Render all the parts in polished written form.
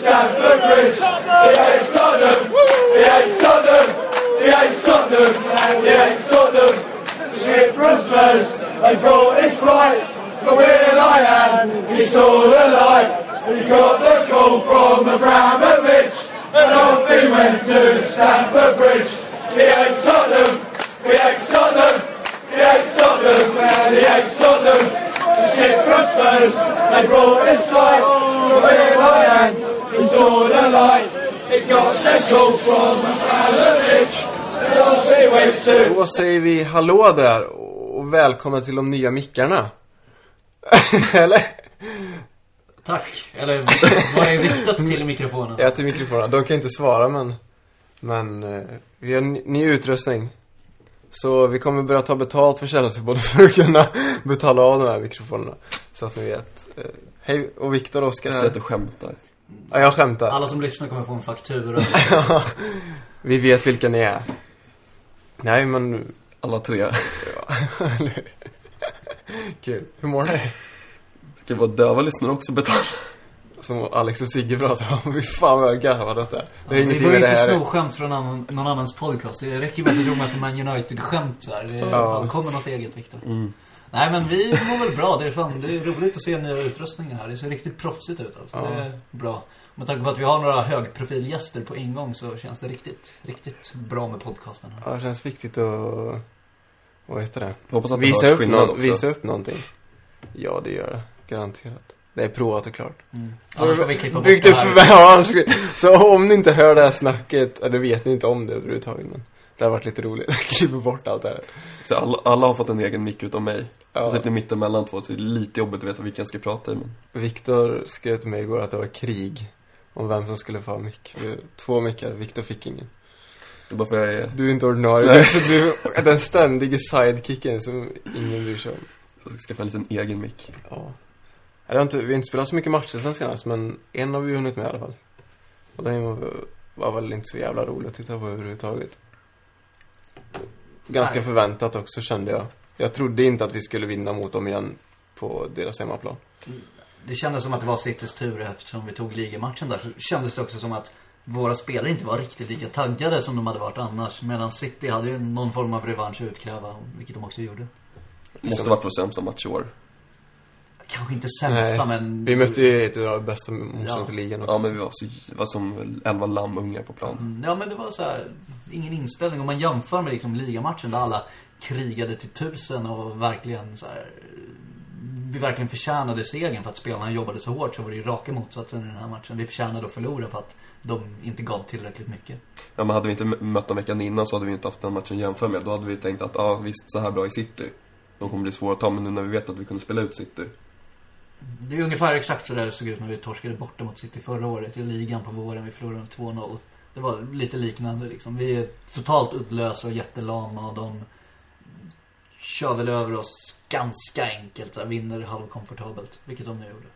Stamford Bridge. He hates Tottenham. He hates Tottenham. He hates Tottenham. And he hates Tottenham. Shit from Spurs. They brought his flights. But Will I am, he's still alive. He got the call from Abramovich. And off he went to Stamford Bridge. He hates Tottenham. He hates Tottenham. He hates Tottenham. And he hates Tottenham. Shit from Spurs. They brought his flights. But Will I am, he's still alive. He got the call from Abramovich. And off he went to... Då säger vi hallå där och välkomna till de nya mickarna. Eller? Tack. Eller vad är riktat till mikrofonen? Ja, till mikrofonen. De kan inte svara, men vi har ny utrustning. Så vi kommer börja ta betalt för källelsebord för att kunna betala av de här mikrofonerna. Så att ni vet. Hej, och Viktor och Oskar. Jag säger att du skämtar. Ja, jag skämtar. Alla som lyssnar kommer få en faktura. Vi vet vilka ni är. Nej, men... Alla tre. Ja. Kul. Hur mår ni? Ska vara döva lyssnare också betala? Som Alex och Sigge pratar om. Fy fan vad jag garvar detta. Det är ingenting med det här. Det var inte skämt från någon annans podcast. Det räcker ju med att det drog Man United-skämt så här. Det fan, kommer något eget, Viktor. Nej, men vi mår väl bra. Det är roligt att se nya utrustningar här. Det ser riktigt proffsigt ut alltså. Det är bra. Med tanke på att vi har några högprofilgäster på ingång så känns det riktigt bra med podcasten här. Ja, det känns viktigt att... Vad heter det? Hoppas att visa upp någonting. Ja, det gör det. Garanterat. Det är provat och klart. Så får vi klippa bort det här. Så om ni inte hör det här snacket, eller vet ni inte om det överhuvudtaget, men det har varit lite roligt att klippa bort allt det här. Så alla har fått en egen mick utom mig. Ja. Jag sitter mitt emellan två, så det är lite jobbigt att veta vilken jag ska prata i. Men... Viktor skrev till mig igår att det var krig om vem som skulle få mick. 2 mickar, Viktor fick ingen. Det är bara för jag är... Du är inte ordinarie, så du är den ständiga sidekicken som ingen bryr sig om. Så jag ska få en liten egen mick. Ja. Vi har inte spelat så mycket matcher sen senast, men en har vi hunnit med i alla fall. Och den var väl inte så jävla roligt att titta på överhuvudtaget. Ganska förväntat också, kände jag. Jag trodde inte att vi skulle vinna mot dem igen på deras hemmaplan. Det kändes som att det var Citys tur eftersom vi tog ligamatchen där. Så kändes det också som att våra spelare inte var riktigt lika taggade som de hade varit annars. Medan City hade ju någon form av revansch att utkräva, vilket de också gjorde. Måste varit vår sämsta match i år. Kanske inte sämsta, men... Vi mötte ju ett av de bästa motståndarna till ligan också. Ja, men vi var som 11 lammungar på plan. Ja, men det var så här, ingen inställning. Om man jämför med liksom ligamatchen där alla krigade till 1000 och verkligen så här, vi verkligen förtjänade segern för att spelarna jobbade så hårt, så var det ju raka motsatsen i den här matchen. Vi förtjänade att förlora för att de inte gav tillräckligt mycket. Ja, men hade vi inte mött dem veckan innan så hade vi inte haft den matchen jämför med. Då hade vi tänkt att visst, så här bra i City. De kommer bli svåra att ta, men nu när vi vet att vi kunde spela ut City. Det är ungefär exakt så där det såg ut när vi torskade borta mot City förra året i ligan på våren. Vi förlorade med 2-0. Det var lite liknande liksom. Vi är totalt uddlösa och jättelama och de kör väl över oss ganska enkelt. Så vinner halvkomfortabelt, vilket de nu gjorde.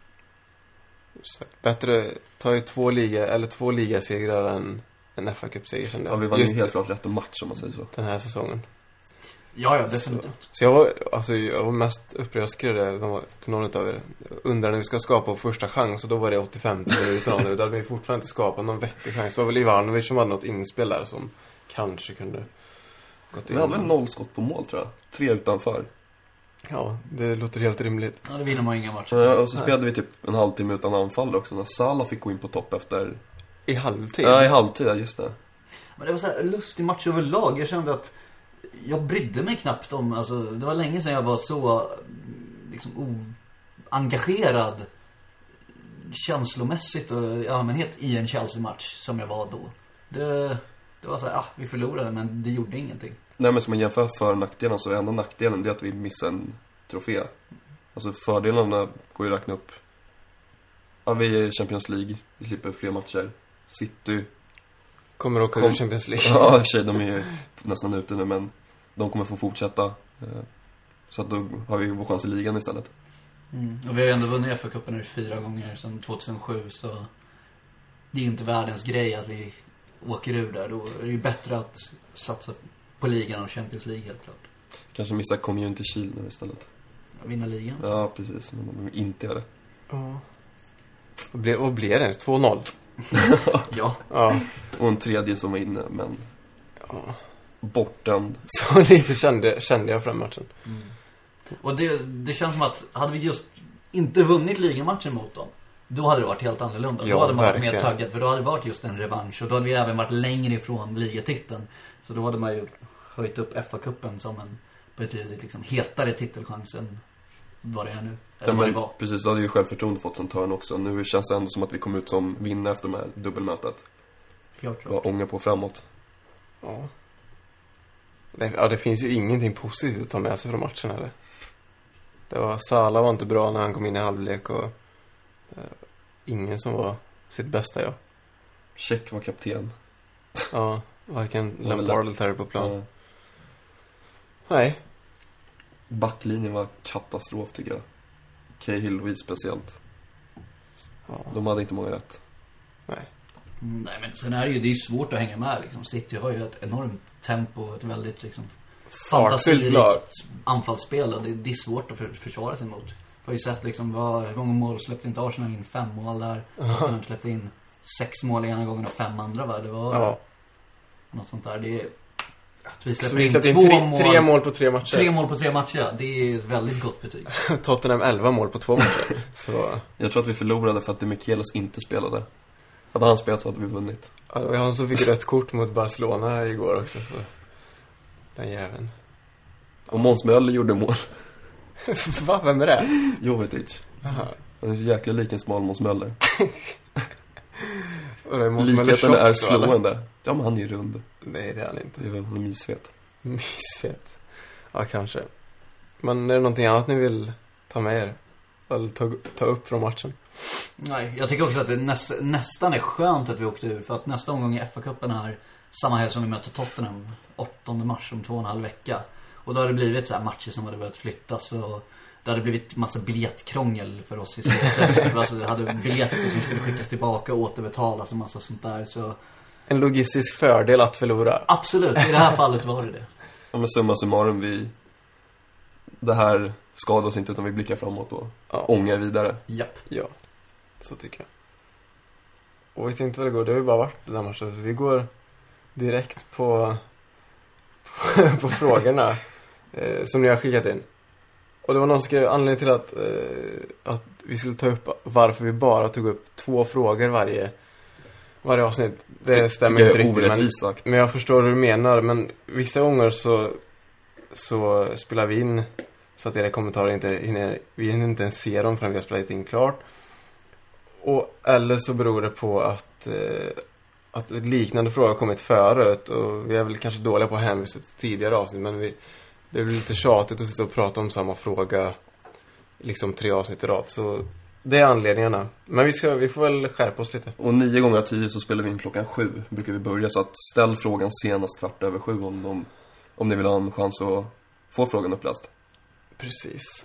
Så bättre ta ju 2 ligasegrar än en FA-cupseger, kände jag. Ja, vi var ju helt klart rätt match om man säger så. Den här säsongen. Ja, definitivt. Så jag var mest upprörd till någon av er. Undrar när vi ska skapa första chans, och då var det 85 minuter nu. Då hade vi fortfarande inte skapat någon vettig chans. Det var väl Ivanovic som hade något inspel där som kanske kunde gått in. Vi hade väl 0 skott på mål, tror jag. 3 utanför. Ja, det låter helt rimligt. Ja, det vinner man inga matcher. Ja, och så spelade vi typ en halvtimme utan anfall också. När Salah fick gå in på topp efter... I halvtid? Ja, i halvtid, just det. Men det var så här lustig match överlag. Jag kände att jag brydde mig knappt om, alltså, det var länge sedan jag var så liksom engagerad känslomässigt och i allmänhet i en Chelsea-match som jag var då. Det var så här, vi förlorade, men det gjorde ingenting. Nej, men som man jämför för nackdelen, så är enda nackdelen det är att vi missar en trofé. Alltså fördelarna går ju att räkna upp. Ja, vi är Champions League, vi slipper fler matcher. City kommer åka ur Champions League. Ja, de är ju nästan ute nu, men de kommer få fortsätta. Så att då har vi vår chans i ligan istället. Och vi har ändå vunnit FA-cupen nu 4 gånger sedan 2007, så det är inte världens grej att vi åker ur där. Då är det ju bättre att satsa på ligan och Champions League, helt klart. Kanske missa Community Shield nu istället. Vinna ligan. Ja, precis. Men de inte gör det. Ja. Vad blev det ens? 2-0? Ja. Ja. Och en tredje som var inne, men bortan. Så lite kände jag fram matchen. Och det känns som att hade vi just inte vunnit ligamatchen mot dem, då hade det varit helt annorlunda. Ja, då hade man varit verkligen mer taggad, för då hade det varit just en revansch. Och då hade vi även varit längre ifrån ligatiteln. Så då hade man ju höjt upp FA-cupen som en betydligt liksom hetare titelchans än vad det är nu. Eller vad det var. Precis, då hade ju självförtroende fått en törn också. Nu känns det ändå som att vi kom ut som vinner efter de här dubbelmötet. Helt klart. Bara ånga på framåt. Ja. Det finns ju ingenting positivt att ta med sig från matchen eller. Salah var inte bra när han kom in i halvlek och ingen som var sitt bästa jag. Check var kapten. Ja, varken Lampard eller Terry på plan. Ja. Nej. Backlinjen var katastrof tycker jag. Cahill speciellt. Ja. De hade inte många rätt. Nej. Nej, men sen är det ju svårt att hänga med liksom. City har ju ett enormt tempo, ett väldigt liksom fantasirikt anfallsspel, och det är svårt att försvara sig mot. Jag har ju sett liksom hur många mål släppte inte Arsenal in? 5 mål där. Tottenham släppte in 6 mål ena gången och 5 andra, va? Det var något sånt där. Det är att vi släpper in 2 mål. 3 mål på 3 matcher. 3 mål på 3 matcher, ja. Det är ett väldigt gott betyg. Tottenham 11 mål på 2 matcher. Så jag tror att vi förlorade för att Demichelis inte spelade. Hade han spelat så hade vi vunnit. ja, det var han som fick rött kort mot Barcelona igår också. Så. Den jäveln. Och Måns Möller gjorde mål. Va? Vem är det? Jovetic. Aha. Han är så jäkla lik en smal Måns Möller. Likheten är slående. Ja, men han är ju rund. Nej, det är han inte. Det är väl mysfet. Mysfet. Ja, kanske. Men är det någonting annat ni vill ta med er? Eller ta upp från matchen? Nej, jag tycker också att det nästan är skönt att vi åkte ur. För att nästa omgång i FA-cupen är samma helg som vi möter Tottenham 8 mars om 2,5 vecka. Och då har det blivit så här matcher som hade börjat flyttas, och det hade blivit massa biljettkrångel för oss i CSS. Alltså det hade biljetter som skulle skickas tillbaka och återbetalas och massa sånt där. Så en logistisk fördel att förlora. absolut, i det här fallet var det. Ja, men summa summarum, det här skadar oss inte, utan vi blickar framåt och ångar vidare. Japp. Ja, så tycker jag. Och vet inte vad det går, det har ju bara varit den här matchen. Så vi går direkt på frågorna som ni har skickat in. Och det var någon som skrev anledning till att vi skulle ta upp varför vi bara tog upp 2 frågor varje avsnitt. Det stämmer inte riktigt, men jag förstår hur du menar. Men vissa gånger så spelar vi in så att era kommentarer vi hinner inte ens se dem förrän vi har spelat in klart. Eller så beror det på att liknande frågor har kommit förut, och vi är väl kanske dåliga på att hänvisa till tidigare avsnitt, men det blir lite tjatigt att sitta och prata om samma fråga liksom 3 avsnitt i rad. Så det är anledningarna. Men vi får väl skärpa oss lite. Och 9 gånger av 10 så spelar vi in klockan 7. Brukar vi börja, så att ställ frågan senast 7:15 om ni vill ha en chans att få frågan uppläst. Precis.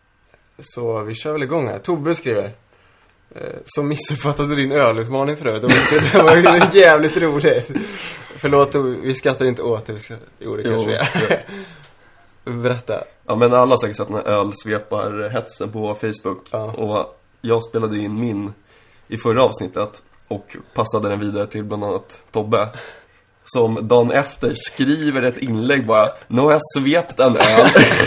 Så vi kör väl igång här. Tobbe skriver: som missuppfattade din ölutmaning för det var ju jävligt roligt. Förlåt, vi skrattar inte åt det. Jo, det kanske vi är. Berätta. Ja, men alla har säkert sett den här ölsveparhetsen på Facebook. Ja. Och jag spelade in min i förra avsnittet och passade den vidare till bland annat Tobbe, som dagen efter skriver ett inlägg bara: nu har jag svept en öl.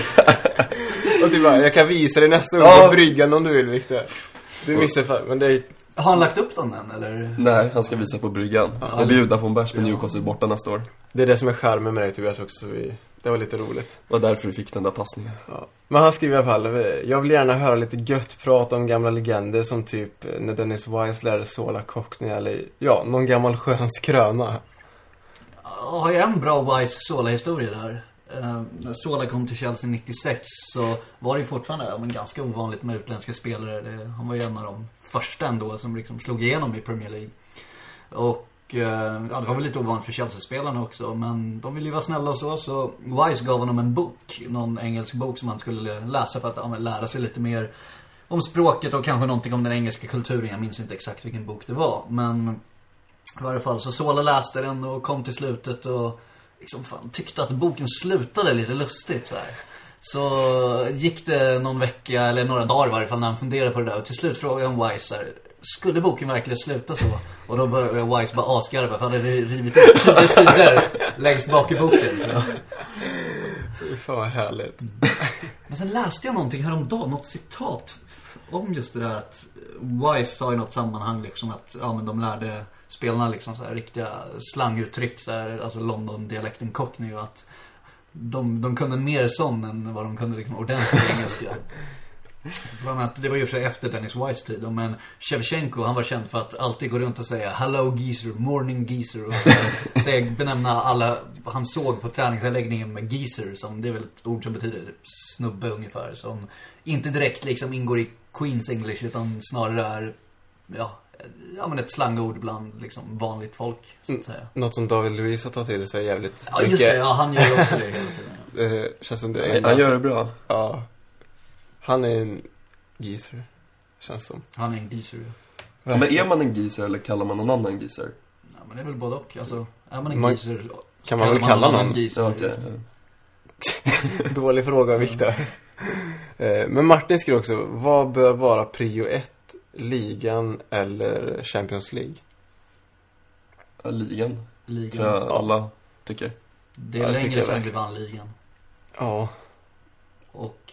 Och du bara: jag kan visa dig nästa gång på bryggan om du vill, Victor. Du missar, men det är... Har han lagt upp den än, eller? Nej, han ska visa på bryggan och bjuda på en bärs på Newcastle borta nästa år. Det är det som är charmen med dig, Tobias, också. Så det var lite roligt. Det var därför du fick den där passningen. Ja. Men han skriver i alla fall: jag vill gärna höra lite gött prat om gamla legender, som typ när Dennis Wise lärde Sola Cockney, eller någon gammal skön skröna. Har jag en bra Wise Sola-historia där. När Sola kom till Chelsea 96 så var det ju fortfarande ganska ovanligt med utländska spelare. Han var ju en av de första ändå som liksom slog igenom i Premier League. Och det var väl lite ovanligt för Chelsea-spelarna också, men de ville ju vara snälla och så Wise gav honom en bok, någon engelsk bok som han skulle läsa för att lära sig lite mer om språket och kanske någonting om den engelska kulturen. Jag minns inte exakt vilken bok det var, men i varje fall så Sola läste den och kom till slutet och liksom tyckte att boken slutade lite lustigt så här. Så gick det någon vecka eller några dagar i varje fall när han funderade på det där, och till slut frågade han Wise: skulle boken verkligen sluta så? Och då började Wise bara asgarva, för han hade rivit ut 10 sidor längst bak i boken. Så. Fan vad härligt. Men sen läste jag någonting häromdagen, något citat om just det där att Wise sa i något sammanhang liksom att ja, men de lärde spelarna liksom så här riktiga slanguttryck, så här, alltså London-dialekten cockney, och att de kunde mer sån än vad de kunde liksom ordentligt engelska. Bland annat, det var ju för sig efter Dennis Wise tid, men Shevchenko, han var känd för att alltid gå runt och säga hello geezer, morning geezer, och så benämna alla han såg på träningsanläggningen med geezer, som det är väl ett ord som betyder snubbe ungefär, som inte direkt liksom ingår i Queen's English utan snarare är ja men ett slangord bland liksom vanligt folk, så att säga. Något som David Luiz har tagit till sig jävligt. Ja just det, ja, han gör också det hela tiden. Det känns som det är Han gör det bra. Ja. Han är en geezer, känns som. Han är en geezer. Men är man en geezer eller kallar man någon annan geezer? Ja, men det är väl både och. Alltså, är man en geezer kan man väl kalla någon geezer. Ja, okay. Dålig fråga, Victor. Men Martin skriver också, vad bör vara prio 1? Ligan eller Champions League? Ja, ligan. Ligan. Alla tycker. Det är länge sedan vi vann ligan. Ja. Och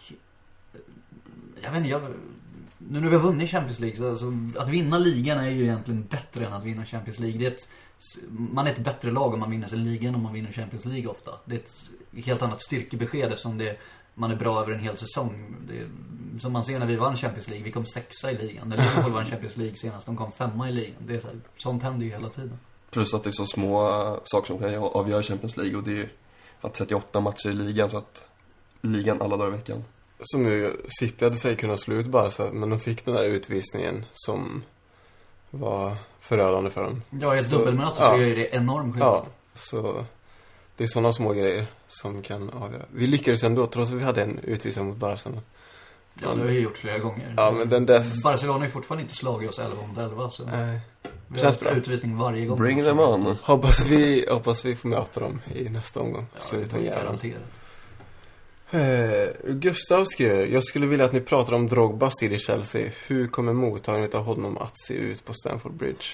jag vet inte, nu när vi har vunnit Champions League så att vinna ligan är ju egentligen bättre än att vinna Champions League. Man är ett bättre lag om man vinner sig ligan än om man vinner Champions League ofta. Det är ett helt annat styrkebesked eftersom man är bra över en hel säsong. Som man ser när vi vann Champions League, vi kom 6 i ligan. När Liverpool vann Champions League senast, de kom 5 i ligan. Det är så här, sånt händer ju hela tiden. Plus att det är så små saker som kan avgöra Champions League, och det är 38 matcher i ligan, så att ligan alla dagar i veckan. Som ju City hade sig kunnat slå ut bara så, men de fick den där utvisningen som var förödande för dem. Ja, i ett dubbelmöte så gör det enorm skillnad. Ja, så det är sådana små grejer som kan avgöra. Vi lyckades ändå, trots att vi hade en utvisning mot Barcelona. Ja, det har vi gjort flera gånger. Ja, men Barcelona har ju fortfarande inte slagit oss 11-11, så nej. vi har haft utvisning varje gång. Bring them on. Hoppas vi får möta dem i nästa omgång. Ja, det är garanterat. Gustav skriver, jag skulle vilja att ni pratar om Drogbas tid i Chelsea. Hur kommer mottagandet av honom att se ut på Stamford Bridge?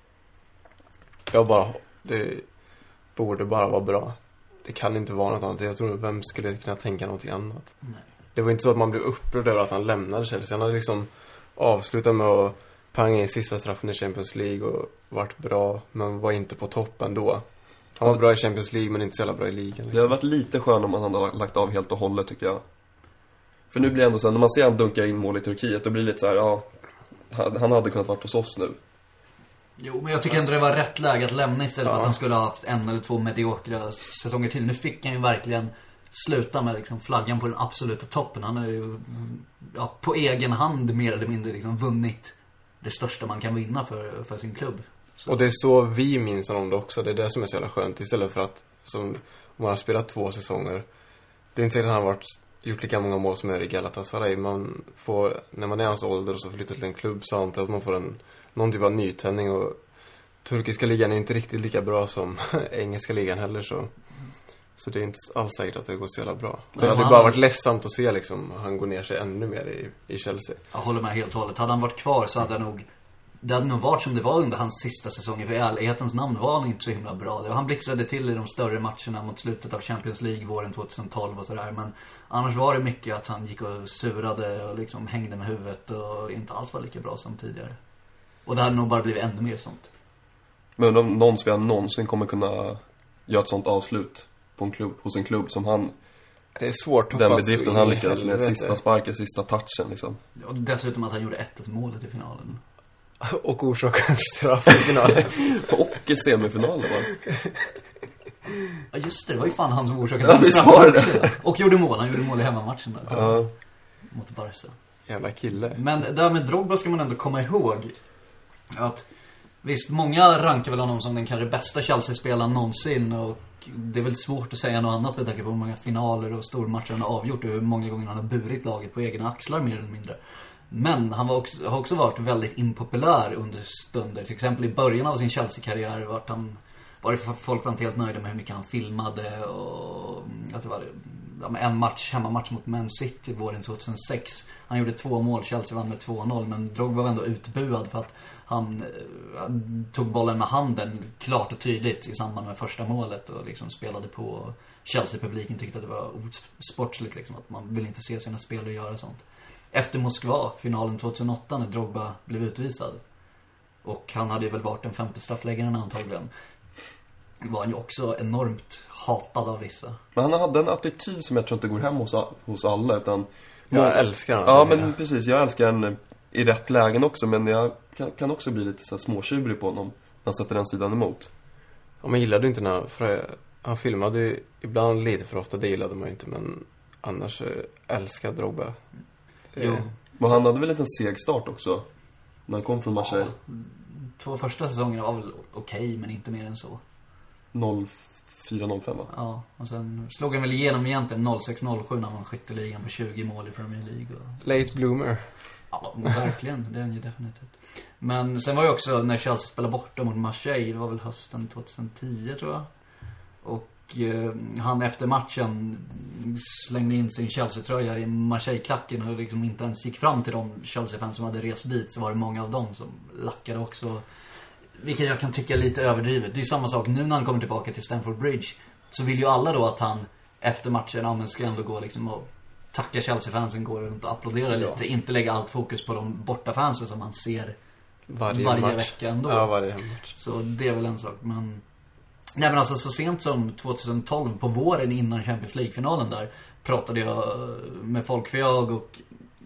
Det borde bara vara bra. Det kan inte vara något annat. Jag tror vem skulle kunna tänka något annat. Nej. Det var inte så att man blev upprörd över att han lämnade Chelsea. Han hade liksom avslutat med att panga in sista straffen i Champions League och varit bra, men var inte på toppen då. Han var bra i Champions League men inte så jävla bra i ligan. Liksom. Det hade varit lite skön om han hade lagt av helt och hållet, tycker jag. För nu blir det ändå så här, när man ser han dunkar in mål i Turkiet, då blir det lite så här, ja, han hade kunnat vara hos oss nu. Jo, men jag tycker ändå det var rätt läge att lämna istället för att han skulle ha haft 1 eller 2 mediokra säsonger till. Nu fick han ju verkligen sluta med liksom flaggan på den absoluta toppen. Han har ju på egen hand mer eller mindre liksom vunnit det största man kan vinna för sin klubb. Så. Och det är så vi minns om det också. Det är det som är så jävla skönt. Istället för att, som om man har spelat 2 säsonger, det är inte säkert att han har gjort lika många mål som är i Galatasaray. Man får, när man är hans ålder och så flyttar till en klubb, så antar att man får någon typ av nytändning. Och turkiska ligan är inte riktigt lika bra som engelska ligan heller, så det är inte alls säkert att det går så jävla bra. Det hade bara varit ledsamt att se liksom, han går ner sig ännu mer i Chelsea. Jag håller med helt och hållet. Hade han varit kvar så hade det hade nog varit som det var under hans sista säsong. För i ärlighetens namn var han inte så himla bra. Han blixtrade till i de större matcherna mot slutet av Champions League våren 2012 och sådär. Men annars var det mycket att han gick och surade och liksom hängde med huvudet och inte alls var lika bra som tidigare. Och det hade nog bara blivit ännu mer sånt. Men om någon spelare någonsin kommer kunna göra ett sånt avslut på en klubb, hos en klubb som han... Det är svårt att den bedriften han lyckades med, sista sparken, sista touchen liksom. Och dessutom att han gjorde 1-1 målet i finalen. Och orsakade straff i finalen. Och i semifinalen, va? Ja just det var ju fan han som orsakade straff också. Och han gjorde mål i hemmamatchen där. Ja. Mot Barca. Jävla kille. Men där med Drogba ska man ändå komma ihåg att visst, många rankar väl honom som den kanske bästa Chelsea-spelaren någonsin, och det är väl svårt att säga något annat med tanke på hur många finaler och stormatcher han har avgjort och hur många gånger han har burit laget på egna axlar mer eller mindre. Men han har också varit väldigt impopulär under stunder. Till exempel i början av sin Chelsea-karriär var folk var inte helt nöjda med hur mycket han filmade och att det var en hemmamatch mot Man City våren 2006. Han gjorde 2 mål, Chelsea vann med 2-0, men Drogba var ändå utbuad för att han tog bollen med handen klart och tydligt i samband med första målet och liksom spelade på. Chelsea-publiken tyckte att det var osportsligt liksom, att man vill inte se sina spelare göra sånt. Efter Moskva, finalen 2008 när Drogba blev utvisad, och han hade ju väl varit den 5:e straffläggaren antagligen, var han ju också enormt hatad av vissa. Men han hade en attityd som jag tror inte går hem hos alla, utan jag älskar honom. Ja, men precis, jag älskar han i rätt lägen också, men jag kan också bli lite så här småtjurig på honom när han sätter den sidan emot. Ja, man gillade inte när han filmade ju ibland lite för ofta, det gillade man ju inte, men annars älskar Drogba. Jo. Men han hade väl en seg start också när han kom från Marseille. Ja, 2 första säsongerna var väl okej, men inte mer än så. 04-05 va? Ja, och sen slog han väl igenom egentligen 06-07 när man skytteligan på 20 mål i Premier League. Och... Late bloomer. Ja, verkligen. Det är han ju definitivt. Men sen var ju också när Chelsea spelade borta mot Marseille, det var väl hösten 2010 tror jag. Och han efter matchen slängde in sin Chelsea-tröja i Marseille-klacken och liksom inte ens gick fram till de Chelsea-fans som hade rest dit, så var det många av dem som lackade också. Vilket jag kan tycka är lite överdrivet. Det är ju samma sak nu när han kommer tillbaka till Stamford Bridge. Så vill ju alla då att han efter matchen ska ändå gå liksom och tacka Chelsea-fansen, går runt och applådera lite. Inte lägga allt fokus på de bortafansen som man ser varje vecka ändå. Ja, varje match. Så det är väl en sak. Men... Nej, men alltså så sent som 2012 på våren innan Champions League-finalen där pratade jag med folk, för jag och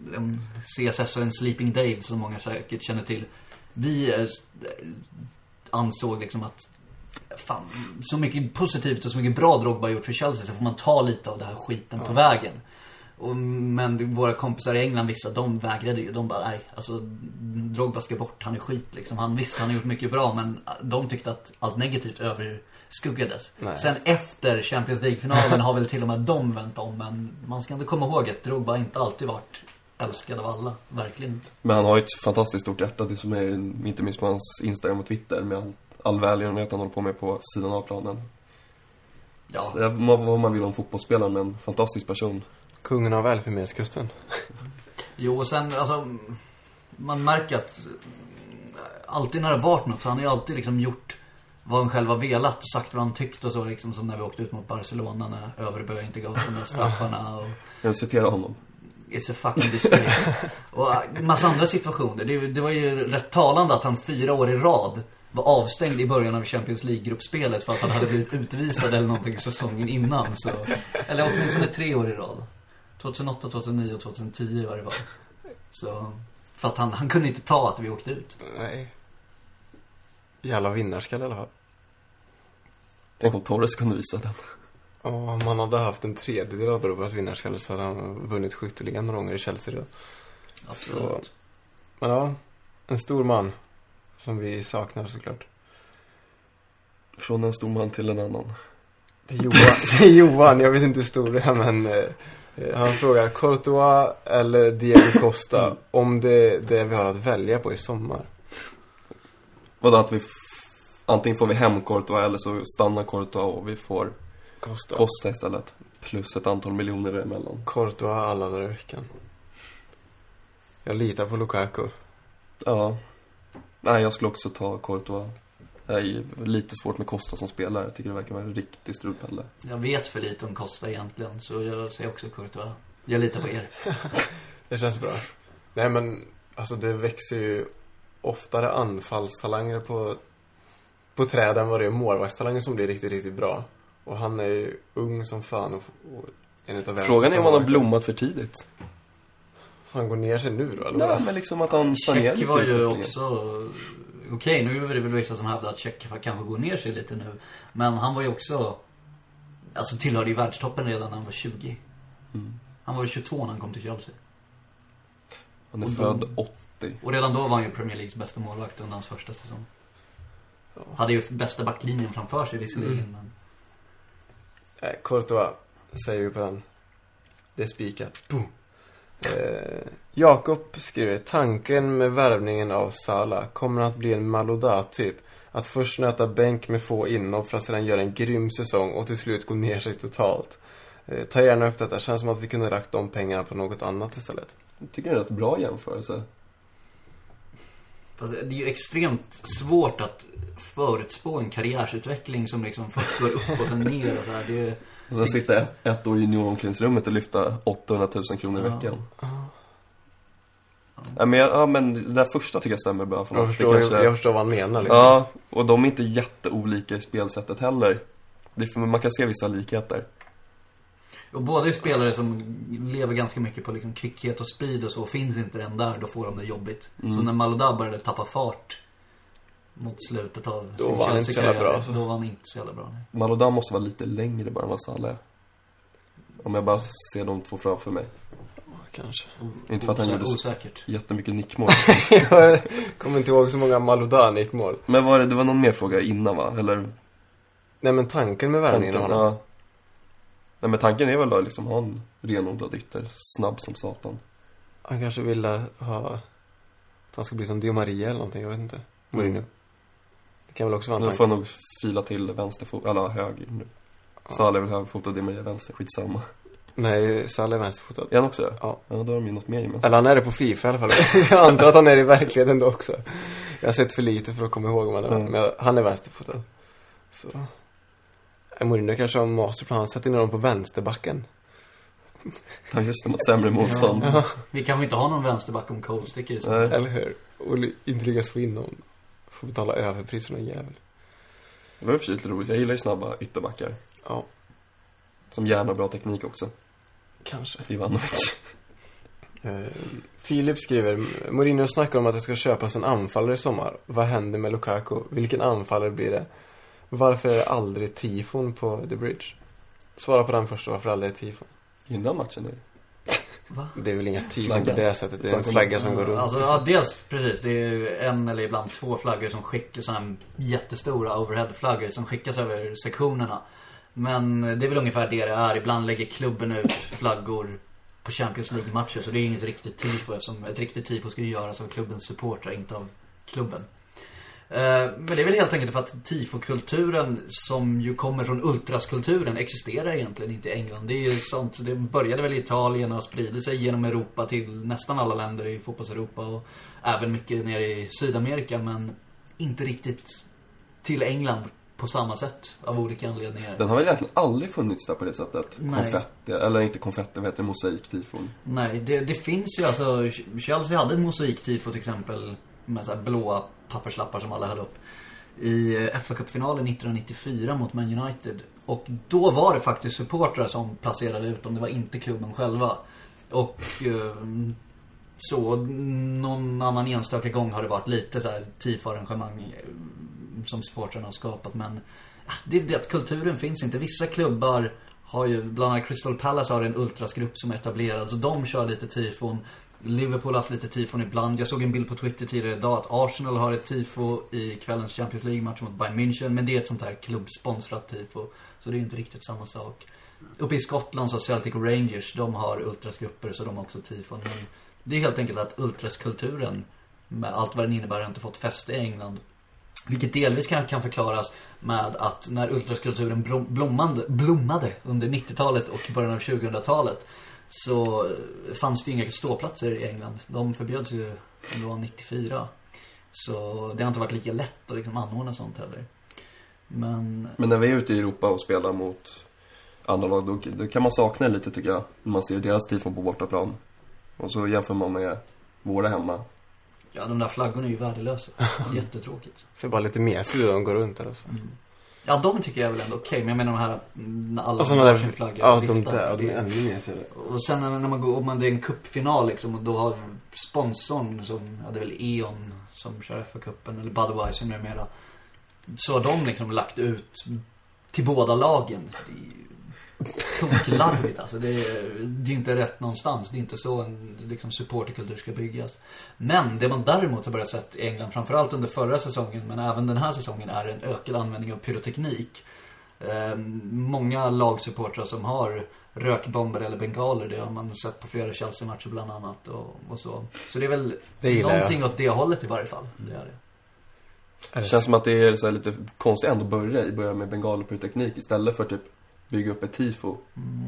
CSS och en Sleeping Dave som många säkert känner till. Vi ansåg liksom att fan, så mycket positivt och så mycket bra Drogba gjort för Chelsea, så får man ta lite av det här skiten på vägen. Men våra kompisar i England, vissa, de vägrade ju. De bara, nej, alltså Drogba ska bort, han är skit liksom. Han visste han har gjort mycket bra, men de tyckte att allt negativt överskuggades. Sen efter Champions League-finalen har väl till och med de vänt om. Men man ska ändå komma ihåg att Drogba inte alltid varit älskad av alla, verkligen inte. Men han har ju ett fantastiskt stort hjärta, det som är inte minst på hans Instagram och Twitter, med all välgörenhet han håller på med på sidan av planen. Ja. Så, vad man vill om fotbollsspelaren, men en fantastisk person. Kungen av Elfenbenskusten. Jo, och sen alltså man märker att alltid när det varit något så han har ju alltid liksom gjort vad han själv har velat och sagt vad han tyckte och så liksom, som när vi åkte ut mot Barcelona när Överbö inte gav de där straffarna och... Jag citerar honom. It's a fucking disgrace. Och en massa andra situationer. Det var ju rätt talande att han 4 år i rad var avstängd i början av Champions League-gruppspelet för att han hade blivit utvisad eller någonting säsongen innan. Så. Eller åtminstone 3 år i rad. 2008, 2009 och 2010 var det var. Så, för att han kunde inte ta att vi åkte ut. Nej. Jävla vinnarskalle i alla fall. Tänk om Torres kunde visa den. Om man hade haft en tredjedel av Drogbas vinnarskalle så hade han vunnit skytteligan några gånger i Chelsea då. Absolut. Så, men ja, en stor man som vi saknar såklart. Från en stor man till en annan. Det är Johan, jag vet inte hur stor det är, men han frågar Courtois eller Diego Costa om det vi har att välja på i sommar. Vadå, att vi antingen får vi hem Courtois eller så stannar Courtois och vi får Costa istället. Plus ett antal miljoner emellan. Courtois alla dagar i veckan. Jag litar på Lukaku. Ja. Nej, jag skulle också ta Courtois. Det är lite svårt med Costa som spelare. Jag tycker det verkar vara en riktig strulpelle. Jag vet för lite om Costa egentligen, så jag säger också Courtois. Jag litar på er. Det känns bra. Nej, men alltså det växer ju oftare anfallstalanger på träden vad det är målvaktstalanger som blir riktigt, riktigt bra. Och han är ju ung som fan och en utav världens. Frågan är om han har blommat för tidigt. Så han går ner sig nu då, eller? Nej, men liksom att han stagnerar lite. Var ju också... Okej, nu är det väl vissa som hävdar att Check kanske går ner sig lite nu. Men han var ju också... Alltså tillhörde ju världstoppen redan när han var 20. Han var ju 22 när han kom till Chelsea. Han är född 80. Och redan då var han ju Premier Leagues bästa målvakt under hans första säsong. Hade ju bästa backlinjen framför sig visserligen, men... Courtois säger vi på den. Det är spikat. Boom. Jakob skriver: tanken med värvningen av Salah kommer att bli en Maloda-typ. Att först nöta bänk med få inhopp för att sedan göra en grym säsong och till slut gå ner sig totalt. Ta gärna upp detta. Känns som att vi kunde lagt de pengarna på något annat istället. Jag tycker det är rätt bra jämförelse. Fast det är ju extremt svårt att förutspå en karriärsutveckling som liksom först går upp och sen ner och så här. Det... Och sen sitta ett år i junioromklädningsrummet och lyfta 800 000 kronor i veckan. Ja, men det där första tycker jag stämmer bra. Jag förstår vad han menar liksom. Ja, och de är inte jätteolika i spelsättet heller. Man kan se vissa likheter. Och båda är spelare som lever ganska mycket på liksom kvickhet och speed och så. Finns inte den där, då får de det jobbigt. Så när Malouda började tappa fart mot slutet av då var han inte så jävla bra. Då var han inte så jävla bra. Malouda måste vara lite längre bara än vad Salah är. Om jag bara ser de två framför mig. Kanske. Inte för att han gjorde osäkert. Jättemycket nickmål. Jag kommer inte ihåg så många Malouda nickmål. Men det var någon mer fråga innan, va? Eller? Nej, men tanken med värvningen av honom. Ja. Nej, men tanken är väl att liksom ha en renodlad ytter. Snabb som satan. Han kanske ville ha att han ska bli som Di Maria eller någonting, jag vet inte. Mourinho. Det kan väl också vara en tanke. Nu får jag nog fila till vänsterfot, eller höger nu. Salah är väl högerfotad, Di Maria vänster, skitsamma. Nej, Salah är vänsterfotad. Är han också? Ja. Ja, då har de ju något mer gemensamt. Eller han är det på FIFA i alla fall. Jag antar att han är det i verkligheten då också. Jag har sett för lite för att komma ihåg om han är. Men han är vänsterfotad. Så Mourinho kanske har en masterplan. Han sätter in dem på vänsterbacken. Ja, just det, mot sämre motstånd. Ja. Vi kan väl inte ha någon vänsterback om Cole sticker i sig. Eller hur? Och inte lyckas få in någon. Får betala överpris för någon jävel. Det var ju för lite roligt. Jag gillar ju snabba ytterbackar. Ja. Som gärna har bra teknik också. Kanske. Ivanovic. Filip skriver: Mourinho snackar om att det ska köpas en anfallare i sommar. Vad händer med Lukaku? Vilken anfallare blir det? Varför är det aldrig tifon på The Bridge? Svara på den första. Varför aldrig är tifon? Innan matchen nu. Va? Det är väl inga tifon på det sättet. Det är en flagga som går runt. Alltså, ja, dels precis. Det är ju en eller ibland två flaggor som skickas, sådana jättestora overhead-flaggor som skickas över sektionerna. Men det är väl ungefär det är. Ibland lägger klubben ut flaggor på Champions League-matcher. Så det är inget riktigt tifo, eftersom ett riktigt tifo ska ju göras av klubbens supportrar, inte av klubben. Men det är väl helt enkelt för att tifokulturen, som ju kommer från ultraskulturen, existerar egentligen inte i England. Det är ju sånt, det började väl i Italien och spridde sig genom Europa till nästan alla länder i fotbolls-Europa och även mycket nere i Sydamerika, men inte riktigt till England på samma sätt av olika anledningar. Den har väl egentligen aldrig funnits där på det sättet. Nej. Konfetti, eller inte konfetti, vad heter det, mosaiktifon. Nej, det finns ju alltså. Chelsea hade en mosaiktifo till exempel, med så här blåa papperslappar som alla höll upp i FA-cupfinalen 1994 mot Man United. Och då var det faktiskt supportrar som placerade ut dem. Det var inte klubben själva. Och så någon annan enstaka gång har det varit lite så här tifo-arrangemang som supportrarna har skapat. Men det är det att kulturen finns inte. Vissa klubbar har ju, bland annat Crystal Palace har en ultrasgrupp som är etablerad, så de kör lite tifon. Liverpool har haft lite tifon ibland. Jag såg en bild på Twitter tidigare idag att Arsenal har ett tifo i kvällens Champions League-match mot Bayern München. Men det är ett sånt här klubbsponsrat tifo, så det är ju inte riktigt samma sak. Uppe i Skottland så har Celtic och Rangers, de har ultrasgrupper, så de har också tifon. Men det är helt enkelt att ultraskulturen med allt vad den innebär har inte fått fäste i England. Vilket delvis kan förklaras med att när ultraskulturen blommade under 90-talet och början av 2000-talet, så fanns det inga ståplatser i England. De förbjöds ju ändå 94. Så det har inte varit lika lätt att liksom anordna sånt heller. Men när vi är ute i Europa och spelar mot andra lag, då kan man sakna lite, tycker jag, när man ser deras tifon på bortaplan. Och så jämför man med våra hemma. ja, de där flaggorna är ju värdelösa. Jättetråkigt. Så bara lite mesigt att de går runt där alltså. Ja, de tycker jag väl ändå okej. Men jag menar de här, när alla alltså, har sin flagga. Ja, de där, de är ännu mesigare. Och sen när man går, om man det är en cupfinal liksom, och då har sponsorn som, ja, det är väl E.ON som kör FA-cupen, eller Budweiser numera, så har de liksom lagt ut till båda lagen. Det är toklarvigt alltså. Det är inte rätt någonstans. Det är inte så en liksom supporterkultur ska byggas. Men det man däremot har börjat sett i England, framförallt under förra säsongen men även den här säsongen, är en ökad användning av pyroteknik. Många lagsupportrar som har rökbomber eller bengaler, det har man sett på flera Chelsea-matcher bland annat och så. Så det är väl någonting åt det hållet i varje fall. Det är det. Det känns som att det är så här lite konstigt ändå börja med bengaler och pyroteknik istället för typ bygga upp ett tifo.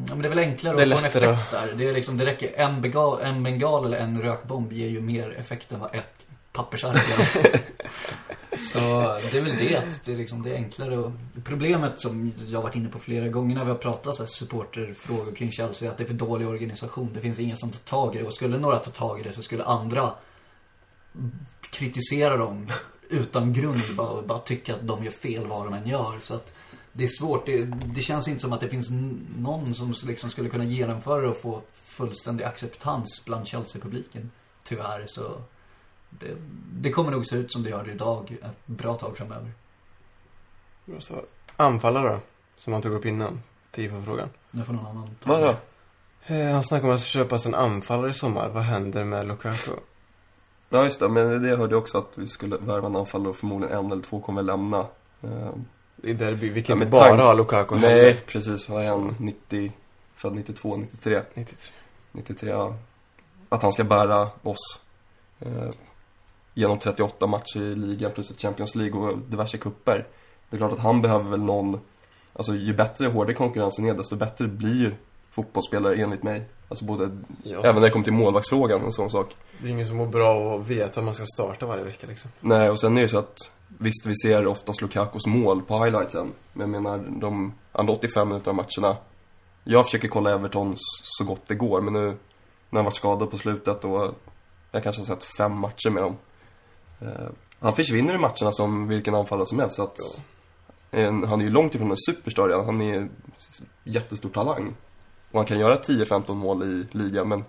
Ja, men det är väl enklare Det är att få en lättare. effekt där. Det är liksom, det räcker en bengal eller en rökbomb ger ju mer effekt än vad ett pappersark gör. Så det är väl det att det är, liksom, det är enklare. Och problemet som jag har varit inne på flera gånger när vi har pratat så här, supporterfrågor kring Chelsea är att det är för dålig organisation. Det finns ingen som tar tag i det. Och skulle några ta tag i det så skulle andra kritisera dem utan grund. Bara tycka att de gör fel vad de än gör. Så att det är svårt. Det känns inte som att det finns någon som liksom skulle kunna genomföra och få fullständig acceptans bland Chelsea-publiken. Tyvärr så det kommer nog se ut som det gör idag ett bra tag framöver. Så, anfallare då, som han tog upp innan. Tifo-frågan. Nu får någon annan ta Vad då? Han snackar om att köpa en anfallare i sommar. Vad händer med Lukaku? Ja just det, men det hörde jag också att vi skulle värva en anfallare och förmodligen en eller två kommer lämna. Det är där vi kan Ja, inte men bara ha Lukaku Nej, heller. precis. Var han 90, född 92, 93. 93, ja. Att han ska bära oss genom 38 matcher i ligan plus ett Champions League och diverse kupper. Det är klart att han behöver väl någon. Alltså ju bättre hårdare konkurrensen är, desto bättre blir ju fotbollsspelare enligt mig. Alltså både, även när det kommer till målvaktsfrågan, en sån sak. Det är ingen som mår bra av att veta att man ska starta varje vecka liksom. Nej, och sen är det så att visst, vi ser oftast Lukakos mål på highlightsen. Men jag menar, de andra 85 minuter av matcherna. Jag försöker kolla Everton så gott det går. Men nu när han varit skadad på slutet och jag kanske har sett 5 matcher med dem. Han försvinner i matcherna som vilken anfallare som helst. Så att han är ju långt ifrån en superstar. Han är jättestor talang. Och han kan göra 10-15 mål i ligan. Men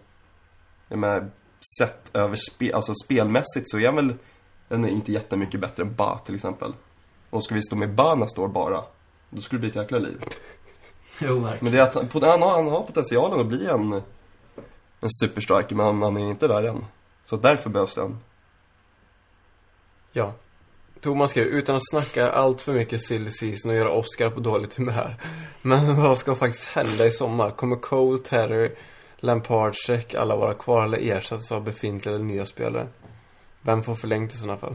sett över alltså spelmässigt så är han väl inte jättemycket bättre än Ba till exempel. Och ska vi stå med Ba nästa år bara, då skulle det bli ett jäkla liv. Jo, verkligen. Men det är att han har potentialen att bli en superstriker, men han är inte där än. Så därför behövs den. Ja. Thomas skrev, utan att snacka allt för mycket silly season och göra Oscar på dåligt humör. Men vad ska faktiskt hända i sommar? Kommer Cole, Terry, Lampard, Check alla vara kvar eller ersättas av befintliga eller nya spelare? Vem får förlängt i sådana fall?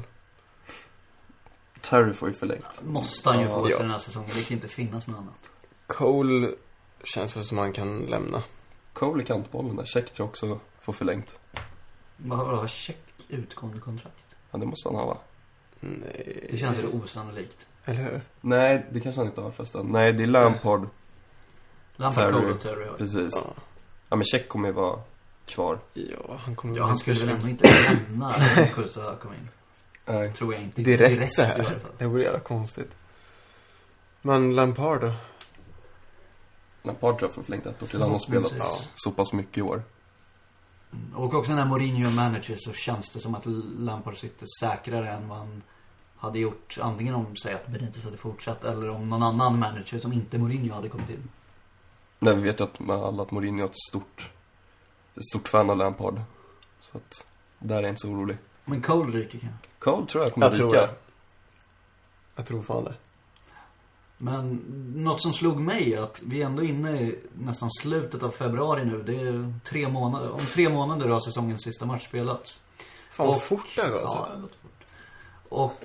Terry får ju förlängt. Måste han ju få efter den här säsongen. Det kan inte finnas något annat. Cole känns väl som han kan lämna. Cole i kantbollen där. Check tror jag också får förlängt. Vad har Check utgående kontrakt? Ja, det måste han ha, va? Nej. Det känns ju osannolikt. Eller hur? Nej, det kanske han inte har förresten. Nej, det är Lampard. Lampard, Terry. Cole och Terry. Precis. Ja. Ja, men Check kommer ju vara kvar. Ja, han kommer Ja, han skulle väl ändå inte lämna när Kursa kom in. Nej. Tror jag inte. direkt så i alla här. fall. Det vore jävla konstigt. Men Lampard då? Lampard tror jag får förlängt ett år till. Han har spelat Precis. så pass mycket i år. Och också när Mourinho är manager så känns det som att Lampard sitter säkrare än vad han hade gjort. Antingen om, säg att Benitez hade fortsatt eller om någon annan manager som inte Mourinho hade kommit in. Nej, vi vet ju att alla att Mourinho är ett stort fan av Lampard. Så att där är jag inte så orolig. Men Cole ryker kanske. Cole tror jag kommer Jag tror ryka. det. Jag tror fan det. Men något som slog mig är att vi är ändå inne i nästan slutet av februari nu. Det är 3 månader. Om 3 månader har säsongens sista match spelats. Fan vad Och- fort det har gått. Ja, det har gått fort. Och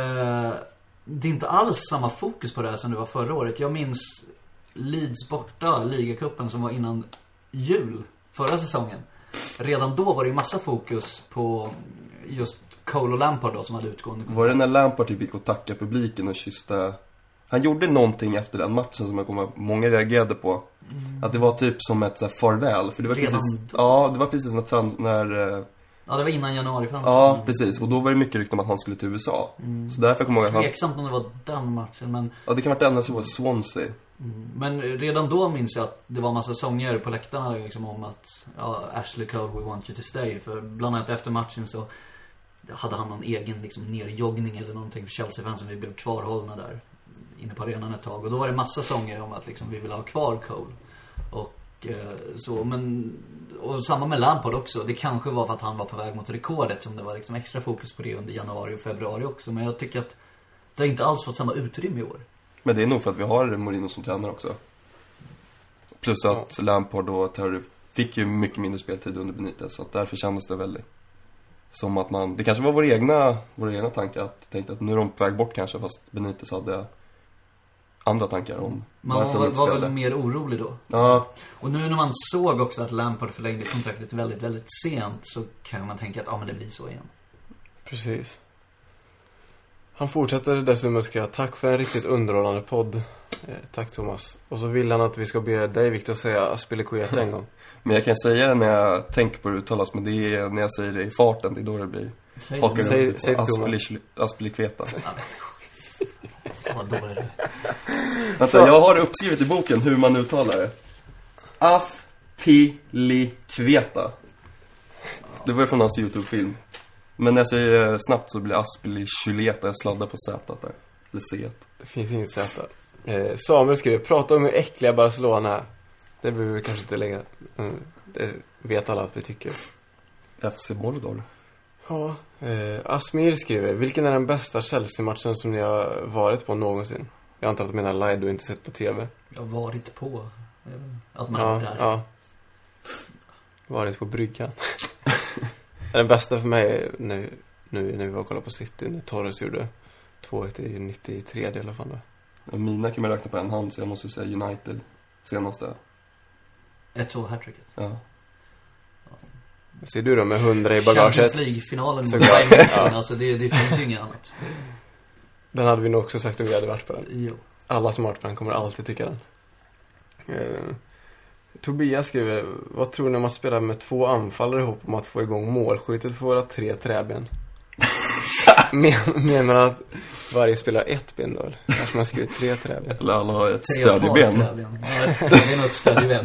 det är inte alls samma fokus på det här som det var förra året. Jag minns Leeds borta, ligacupen som var innan jul förra säsongen. Redan då var det ju massa fokus på just Cole och Lampard då, som hade utgående kontrakt. Var det när Lampard typ gick och tackade publiken och kysste? Han gjorde någonting efter den matchen som jag kommer många reagerade på. Att det var typ som ett så här farväl. För det var Redan precis, då? ja, det var precis när Ja, det var innan januari fram. ja, precis. Och då var det mycket rykte om att han skulle till USA. Så därför kommer jag ihåg att han, Tveksamt om det var den matchen, men ja, det kan ha varit enda som var Swansea. Men redan då minns jag att det var massa sånger på läktarna liksom om att Ashley Cole, we want you to stay. För bland annat efter matchen så hade han någon egen liksom nerjoggning eller någonting för Chelsea-fansen. Vi blev kvarhållna där inne på arenan ett tag. Och då var det massa sånger om att liksom, vi vill ha kvar Cole. Och så, men och samma med Lampard också. Det kanske var för att han var på väg mot rekordet som det var liksom extra fokus på det under januari och februari också. Men jag tycker att det har inte alls fått samma utrymme i år. Men det är nog för att vi har Mourinho som tränare också. Plus att Lampard och Terry fick ju mycket mindre speltid under Benitez. Så att därför kändes det väldigt som att man, det kanske var våra egna tankar att tänkte att nu är de på väg bort kanske, fast Benitez hade andra tankar om Man varför de inte var spelade. väl mer orolig då. Ja, Och nu när man såg också att Lampard förlängde kontraktet väldigt, väldigt sent, så kan man tänka att men det blir så igen. Precis. Han fortsätter dessutom att skriva tack för en riktigt underhållande podd. Tack Thomas. Och så vill han att vi ska be dig Victor säga Aspilicueta en gång. men jag kan säga det när jag tänker på hur det uttalas, men det är när jag säger det i farten, det är då det blir. Säg till Thomas. Aspilicueta. Vad då är det? Alltså, jag har uppskrivet i boken hur man uttalar det. Aspilicueta. Det var från hans YouTube-film. Men när jag säger det snabbt så blir Aspilicueta. Jag sladdar på Z där. Eller C. Det finns inget Z. Samuel skriver, prata om hur äckliga Barcelona är. Det behöver vi kanske inte lägga. Det vet alla att vi tycker. FC Mordor. Ja. Asmir skriver, vilken är den bästa Chelsea-matchen som ni har varit på någonsin? Jag antar att du menar live och inte sett på TV. Jag har varit på. Att man Ja, är där. ja. Varit på bryggan. Den bästa för mig nu när vi var och kollade på City, när Torres gjorde 2-1 i 93 i alla fall. Och mina kan man räkna på en hand, så jag måste säga United senaste. 1-2 hattricket. Ja. Ser du då med 100 i bagaget? Champions League-finalen mot Såklart. Bayern München, Ja. alltså det finns ju inget annat. Den hade vi nog också sagt om vi hade varit på den. Jo. Alla som har varit på den kommer alltid tycka den. Tobias skriver, vad tror ni om att spela med 2 anfallare ihop om att få igång målskyttet för våra 3 träben? Menar att varje spelar 1 ben då? Kanske man skriver 3 träben. Eller alla har ett 3 par stödjeben. träben. Ja, ett träben och ett stödjeben.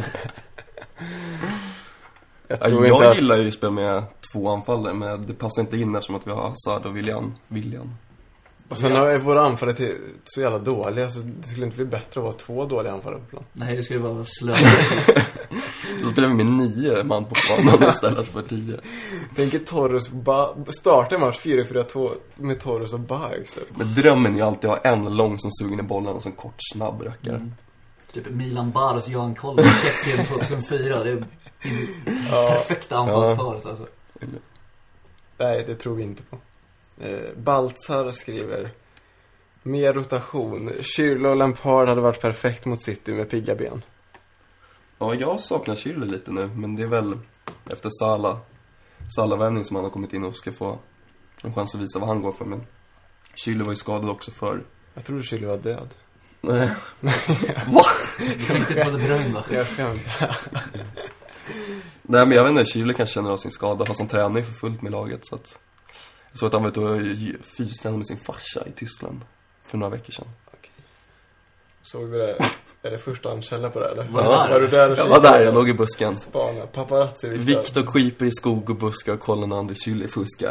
Jag tror inte Jag att... gillar ju att spela med 2 anfallare, men det passar inte in eftersom att vi har Hazard och William. Och sen har våra anfallare till så jävla dåliga, så det skulle inte bli bättre att vara 2 dåliga anfallare på plan. Nej, det skulle vara slö. Så spelar vi med 9 man på planen istället för 10. Tänker Torres starta en match 4-4-2 med Torres och Barks. Men drömmen är ju alltid att ha en lång som suger ner bollen och så en kort snabb rackare. Typ Milan Baros och Johan Koller i Tjeckien 2004. Det är perfekta anfallsparet alltså. Nej, det tror vi inte på. Baltzar skriver, mer rotation. Schürrle och Lampard hade varit perfekt mot City med pigga ben. Ja, jag saknar Schürrle lite nu, men det är väl efter Salah-värvning som han har kommit in och ska få en chans att visa vad han går för. Men Schürrle var ju skadad också för. Jag tror Schürrle var död. Nej. Va? Du tänkte på det Bruyne va? Jag skämtar. Nej, men jag vet inte, Schürrle kan känna av sin skada, fast han tränar ju för fullt med laget. Så att jag såg att han var ute och fystränade med sin farsa i Tyskland för några veckor sedan. Såg du det? Är det första ankälla på det eller? Var du där och Jag var där, jag låg i busken. Spana, paparazzi Victor skiter i skog och buskar och kollar när André Schürrle fuskar.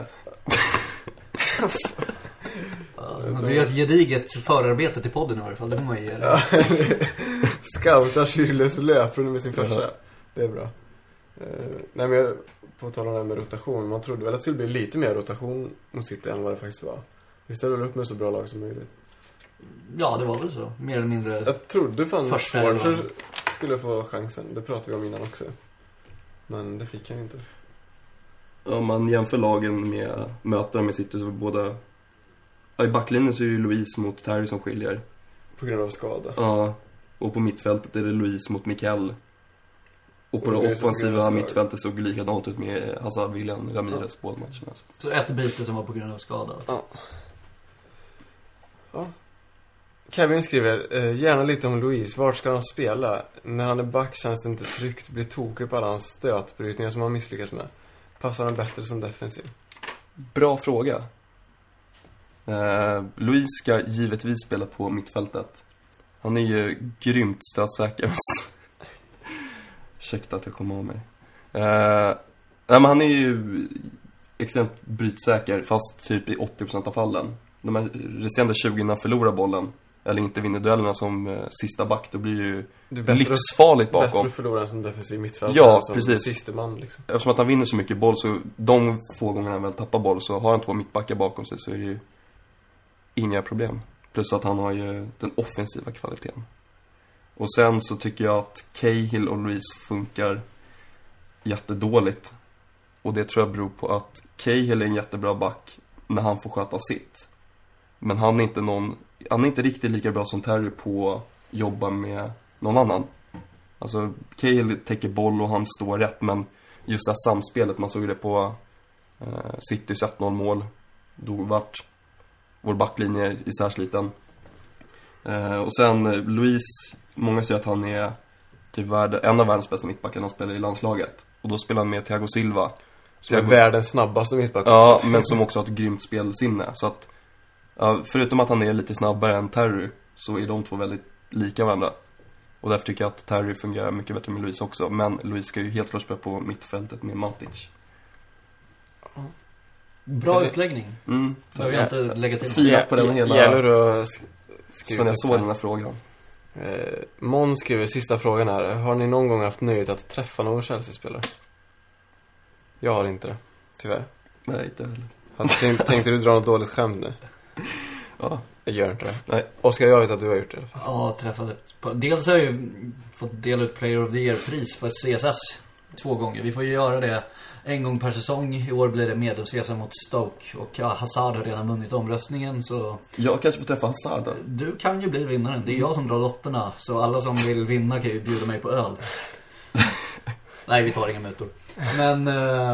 Ja, du gör ett gediget förarbete till podden i alla fall, det får man ju ge. Ja. Scoutar Schürrles löprunde med sin farsa. Det är bra. Nej, men jag på tal om det här med rotation. Man trodde väl att det skulle bli lite mer rotation mot City än vad det faktiskt var. Vi ställde upp med så bra lag som möjligt. Ja, det var väl så. Mer eller mindre. Jag trodde fan att Första Schwarzer skulle få chansen. Det pratade vi om innan också. Men det fick han inte. Om man jämför lagen med möten med City så var båda... Ja, i backlinjen så är det Luis mot Terry som skiljer. På grund av skada. Ja, och på mittfältet är det Luis mot Mikael. Och på Och det det är så offensiva grund av mittfältet såg likadant ut med Hazard, William, Ramirez bålmatchen. Alltså. Så ett byte som var på grund av skada. Ja. Ja. Kevin skriver, gärna lite om Luis. Vart ska han spela? När han är back känns det inte tryggt. Blir tokig på alla hans stötbrytningar som han misslyckas med. Passar han bättre som defensiv? Bra fråga. Luis ska givetvis spela på mittfältet. Han är ju grymt stötsäker. Ursäkta att jag kommer av mig. Nej, men han är ju extremt brytsäker, fast typ i 80% av fallen. De här resterande 20 förlorar bollen eller inte vinner duellerna som sista back, då blir ju livsfarligt bakom. Bättre att förlora som defensiv mittfält. Ja, som precis. Siste man liksom. Eftersom att han vinner så mycket boll, så de få gånger han väl tappar boll, så har han 2 mittbackar bakom sig, så är det ju inga problem. Plus att han har ju den offensiva kvaliteten. Och sen så tycker jag att Cahill och Luis funkar jättedåligt. Och det tror jag beror på att Cahill är en jättebra back när han får sköta sitt. Men han är inte någon han är inte riktigt lika bra som Terry på att jobba med någon annan. Alltså Cahill täcker boll och han står rätt, men just det här samspelet, man såg det på Citys 1-0 mål. Då vart vår backlinje isärsliten. Och sen Luis, många säger att han är typ en av världens bästa mittbackar. Han spelar i landslaget. Och då spelar han med Thiago Silva. Som är världens snabbaste mittback. Ja, men som också har ett grymt spelsinne. Så att, förutom att han är lite snabbare än Terry, så är de två väldigt lika varandra. Och därför tycker jag att Terry fungerar mycket bättre med Luis också. Men Luis ska ju helt klart spela på mittfältet med Matic. Bra utläggning. Jag vill inte lägga till. Fiat på den hela. Gäller att sen jag såg den här frågan. Måns skriver sista frågan här. Har ni någon gång haft nöjet att träffa någon Chelsea-spelare? Jag har inte det, tyvärr. Nej, inte heller. Tänkte du dra något dåligt skämt nu? Ja. Jag gör inte det. Nej. Oskar, jag vet att du har gjort det i alla fall. Ja, träffat dels har jag ju fått dela ut Player of the Year-pris för CSS 2 gånger. Vi får ju göra det en gång per säsong. I år blir det medel-CSS mot Stoke. Och Hazard har redan vunnit omröstningen, så... Jag kanske får träffa Hazard då. Du kan ju bli vinnaren. Det är jag som drar lotterna. Så alla som vill vinna kan ju bjuda mig på öl. Nej, vi tar inga mutor. Men...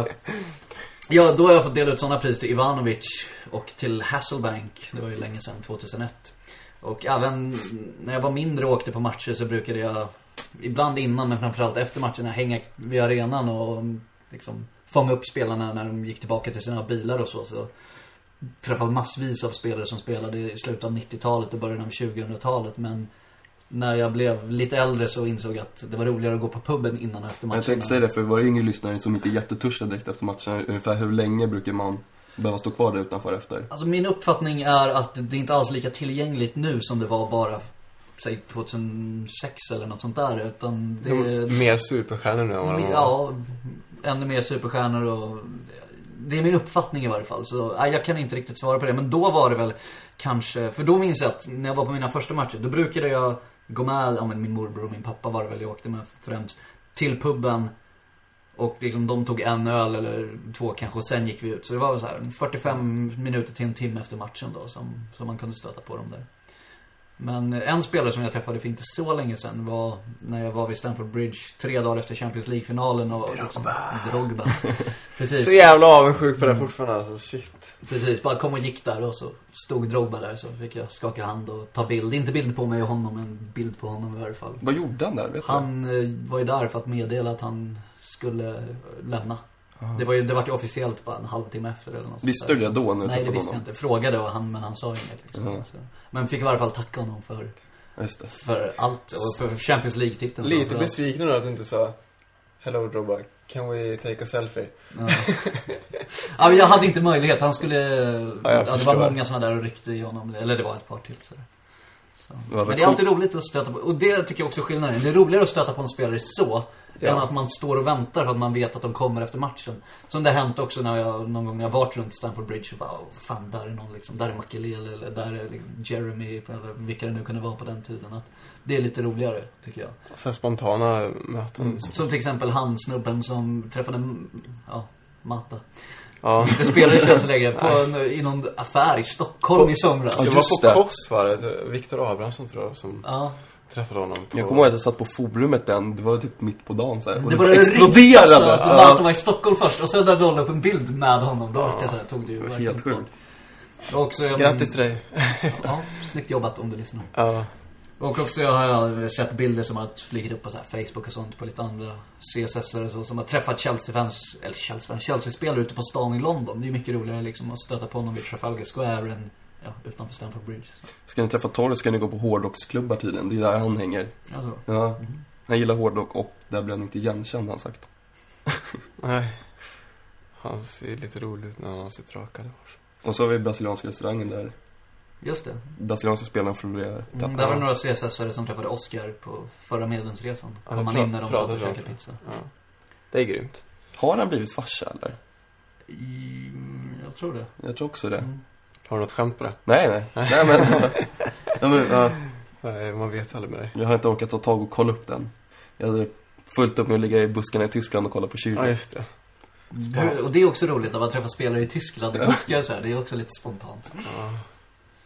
ja, då har jag fått dela ut sådana pris till Ivanovic och till Hasselbank. Det var ju länge sedan, 2001. Och även när jag var mindre och åkte på matcher så brukade jag ibland innan, men framförallt efter matcherna, hänga vid arenan och liksom fånga upp spelarna när de gick tillbaka till sina bilar och så träffade massvis av spelare som spelade i slutet av 90-talet och början av 2000-talet. Men när jag blev lite äldre så insåg jag att det var roligare att gå på puben innan och efter matcherna. Jag tänkte säga det, för var yngre lyssnare som inte är jättetörstig direkt efter matcherna. Ungefär hur länge brukar man behöva stå kvar där utanför efter? Alltså min uppfattning är att det inte alls lika tillgängligt nu som det var bara säg 2006 eller något sånt där, utan det är mer superstjärnor nu än vad de var. Ja, ännu mer superstjärnor, och det är min uppfattning i varje fall. Så jag kan inte riktigt svara på det, men då var det väl kanske, för då minns jag att när jag var på mina första matcher, då brukade jag gå med, men min morbror och min pappa var det väl jag åkte med främst, till puben. Och liksom de tog en öl eller 2 kanske, och sen gick vi ut. Så det var så här 45 minuter till en timme efter matchen då som man kunde stöta på dem där. Men en spelare som jag träffade för inte så länge sedan var när jag var vid Stamford Bridge 3 dagar efter Champions League-finalen. Och Drogba. Precis. Så jävla avundsjuk på det fortfarande, alltså, shit. Precis, bara kom och gick där och så stod Drogba där, så fick jag skaka hand och ta bild. Inte bild på mig och honom, men bild på honom i varje fall. Vad gjorde han där, vet du? Han var ju där för att meddela att han skulle lämna. Det var ju officiellt bara en halvtimme efter eller något. Visste du det då? Nej, det visste jag inte. Frågade men han sa inget liksom. Så. Men fick i varje fall tacka honom för allt och för Champions League-titeln. Lite besviken nu att du inte sa hello Drogba, can we take a selfie? Ja, jag hade inte möjlighet. Han skulle det var många som var där och ryckte i honom, eller det var ett par till så. Men det är alltid roligt att stöta på, och det tycker jag också är skillnaden. Det är roligare att stöta på en spelare så än att man står och väntar för att man vet att de kommer efter matchen. Som det har hänt också när jag någon gång jag varit runt Stamford Bridge och bara, fan, där är någon liksom, där är Makelele eller där är Jeremy eller vilka det nu kunde vara på den tiden. Att det är lite roligare, tycker jag. Och sen spontana möten. Som till exempel han snubben som träffade Mata. Som inte spelade känns längre i någon affär i Stockholm i somras. Det var på Koss, var det Viktor Abrahamsson tror jag som träffade honom på... Jag kommer ihåg att jag satt på forumet den. Det var typ mitt på dagen så här. Och det bara exploderade att Mata var i Stockholm först. Och sen där rollade upp en bild med honom. Då tog det ju helt sjukt. Grattis till dig. Ja, snyggt jobbat om du lyssnar. Ja. Och också har jag sett bilder som har flugit upp på så här Facebook och sånt på lite andra CSS-are så, som har träffat Chelsea-spelare ute på stan i London. Det är mycket roligare liksom att stöta på honom vid Trafalgar Square än utanför Stamford Bridge. Så. Ska ni träffa Torres ska ni gå på hårdrocksklubbar tydligen. Det är där han hänger. Alltså. Ja. Han gillar hårdrock och där blir han inte igenkänd, han sagt. Nej. Han ser lite rolig ut när han har sitt rakade hår. Och så har vi brasilianska restaurangen där. Just det. Brasilianska spelaren florerar. Där var några CSS-are som träffade Oscar på förra medlemsresan. Kom man in när de satt och käkade pizza. Ja. Det är grymt. Har han blivit farsa eller? Jag tror det. Jag tror också det. Har du något skämt på det? Nej men Nej, man vet aldrig med dig. Jag har inte orkat ta tag och kolla upp den. Jag hade fullt upp med att ligga i buskarna i Tyskland och kolla på kylen. Ja, just det. Och det är också roligt när man träffar spelare i Tyskland. Det buskar så här, det är också lite spontant. Ja.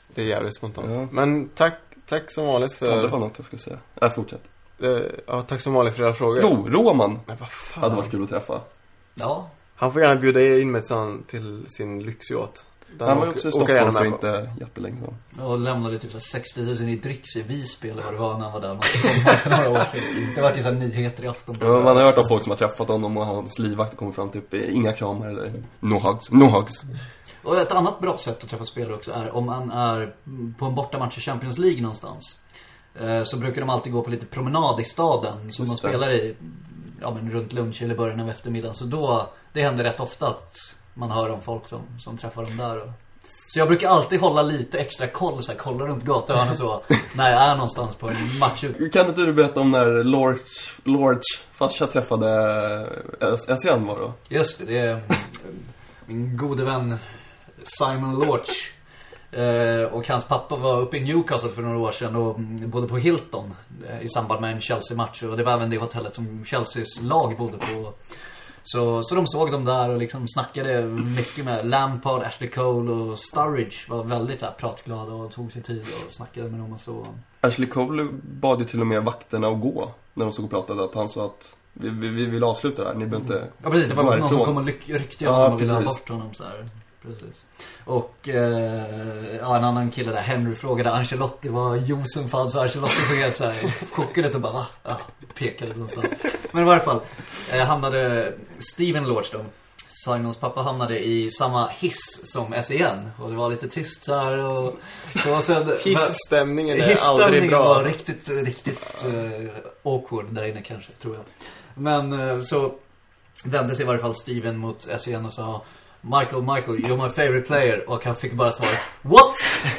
Det är jävligt spontant. Ja. Men tack som vanligt för... Ja, det var något jag skulle säga. Fortsätt. Ja, tack som vanligt för era frågor. Roman. Men vad fan. Hade varit kul att träffa. Ja. Han får gärna bjuda in mig till sin lyxyacht. Han var också i Stockholm för inte jättelänge sedan. Och lämnade typ 60 000 i dricks i Visby eller vad det var när han var där. För några år sedan. Det var ju så nyheter i afton. Ja, man har hört av folk som har träffat honom och hans livvakt kommer fram typ inga kramar eller no hugs. Och ett annat bra sätt att träffa spelare också är om man är på en bortamatch i Champions League någonstans. Så brukar de alltid gå på lite promenad i staden som man spelar i men runt lunch eller början av eftermiddagen. Så då, det händer rätt ofta att man hör om folk som träffar dem där. Så jag brukar alltid hålla lite extra koll, så här, kolla runt gatan och så när jag är någonstans på en match. Kan inte du berätta om när Lorch farsa träffade SCN var då? Just det är min gode vän Simon Lorch. Och hans pappa var uppe i Newcastle för några år sedan och bodde på Hilton i samband med en Chelsea-match. Och det var även det hotellet som Chelseas lag bodde på. Så de såg dem där och liksom snackade mycket med Lampard, Ashley Cole och Sturridge. Var väldigt så här pratglada och tog sig tid och snackade med dem och så. Ashley Cole bad ju till och med vakterna att gå när de stod och pratade. Att han sa att vi vill avsluta det här, ni behöver inte. Ja precis, det var någon som kom och ryckte honom och ville ha bort honom så här. Precis. Och en annan kille där, Henry, frågade Ancelotti vad Josef fanns. Och Ancelotti såg helt så här chockade och bara va? Ja, pekade någonstans. Men i varje fall hamnade Steven Lorch då, Simons pappa, hamnade i samma hiss som SEN. Och det var lite tyst så här och så sen hissstämningen är aldrig bra. Var riktigt awkward där inne kanske, tror jag. Men så vände sig i varje fall Steven mot SEN och sa Michael, you're my favorite player. Och han fick bara svaret what?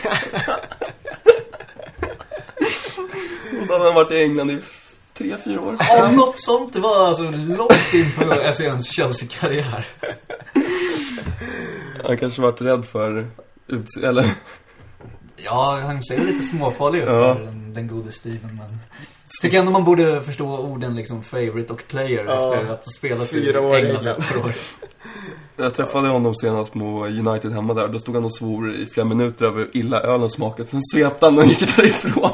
Och då hade han varit i England i 3-4 år. Ja, något sånt. Det var alltså långt in på SENs Chelsea-karriär. Han kanske varit rädd för eller? Ja, han ser lite småfarlig ut den gode Steven, men tycker ändå man borde förstå orden liksom favorite och player efter att ha spelat 4 år i England för år. Jag träffade honom senast på United hemma där. Då stod han och svor i flera minuter över illa ölen smaket. Sen svepte han och gick därifrån.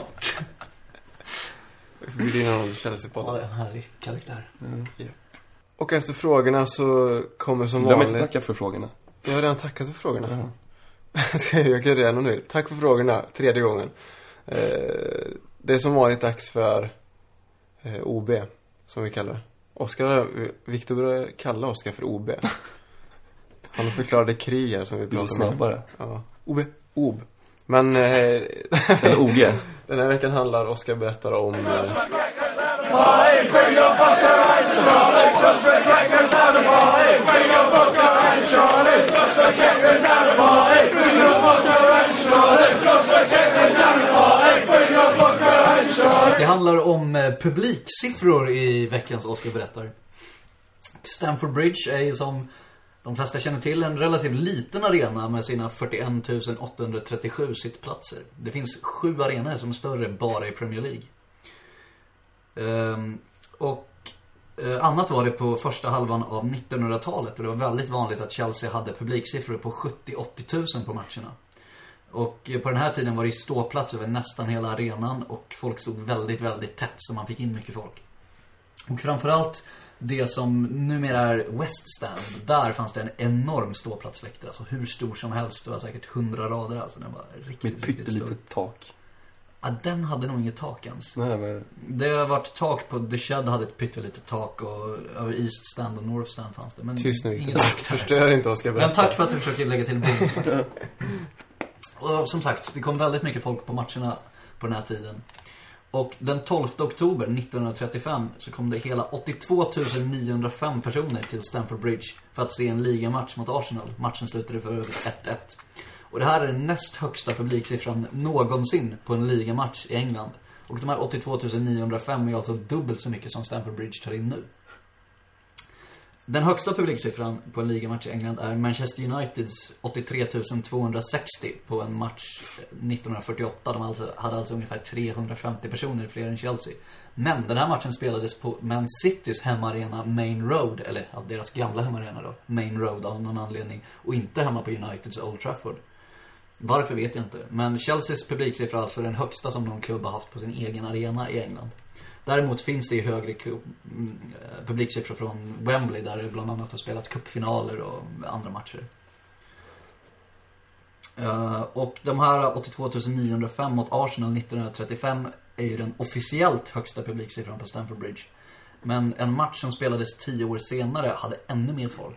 Vi vill ha någon Chelsea-podden. Ja, en härlig karaktär. Yep. Och efter frågorna så kommer som vanligt. vanligt. Jag tacka för frågorna. Jag har redan tackat för frågorna. Jag kan redan nu. Tack för frågorna, 3:e gången. Det är som vanligt dags för OB, som vi kallar Victor börjar kalla Oskar för OB. Han förklarade krig här som vi pratade om. Snabbare. Ja. OB. Men eller OG. Den här veckan handlar Oskar berättar om det handlar om publiksiffror i veckans Oskar berättar. Stamford Bridge är ju som de flesta känner till en relativt liten arena med sina 41 837 sittplatser. Det finns 7 arenor som är större bara i Premier League. Annat var det på första halvan av 1900-talet. Och det var väldigt vanligt att Chelsea hade publiksiffror på 70-80 000 på matcherna. Och på den här tiden var det ståplats över nästan hela arenan. Och folk stod väldigt, väldigt tätt så man fick in mycket folk. Och framförallt det som numera är West Stand, där fanns det en enorm ståplatsläktare, alltså hur stor som helst. Det var säkert 100 rader, alltså den var riktigt stor. Tak. Ja, den hade nog inget tak ens. Nej, men det har varit tak på The Shed, hade ett pyttelitet tak, och över East Stand och North Stand fanns det. Men tyst nu inte. Förstör inte Oskar berätta. Men tack för att du försökte lägga till bild. Och som sagt, det kom väldigt mycket folk på matcherna på den här tiden. Och den 12 oktober 1935 så kom det hela 82 905 personer till Stamford Bridge för att se en ligamatch mot Arsenal. Matchen slutade för över 1-1. Och det här är den näst högsta publiksiffran någonsin på en ligamatch i England. Och de här 82 905 är alltså dubbelt så mycket som Stamford Bridge tar in nu. Den högsta publiksiffran på en ligamatch i England är Manchester Uniteds 83 260 på en match 1948. De hade alltså ungefär 350 personer fler än Chelsea. Men den här matchen spelades på Man Citys hemmaarena Main Road, eller deras gamla hemmaarena då, Main Road av någon anledning, och inte hemma på Uniteds Old Trafford. Varför vet jag inte. Men Chelseas publiksiffra är alltså den högsta som någon klubb har haft på sin egen arena i England. Däremot finns det högre publiksiffror från Wembley där det bland annat har spelats cupfinaler och andra matcher. Och de här 82 905 mot Arsenal 1935 är ju den officiellt högsta publiksiffran på Stamford Bridge. Men en match som spelades 10 år senare hade ännu mer folk.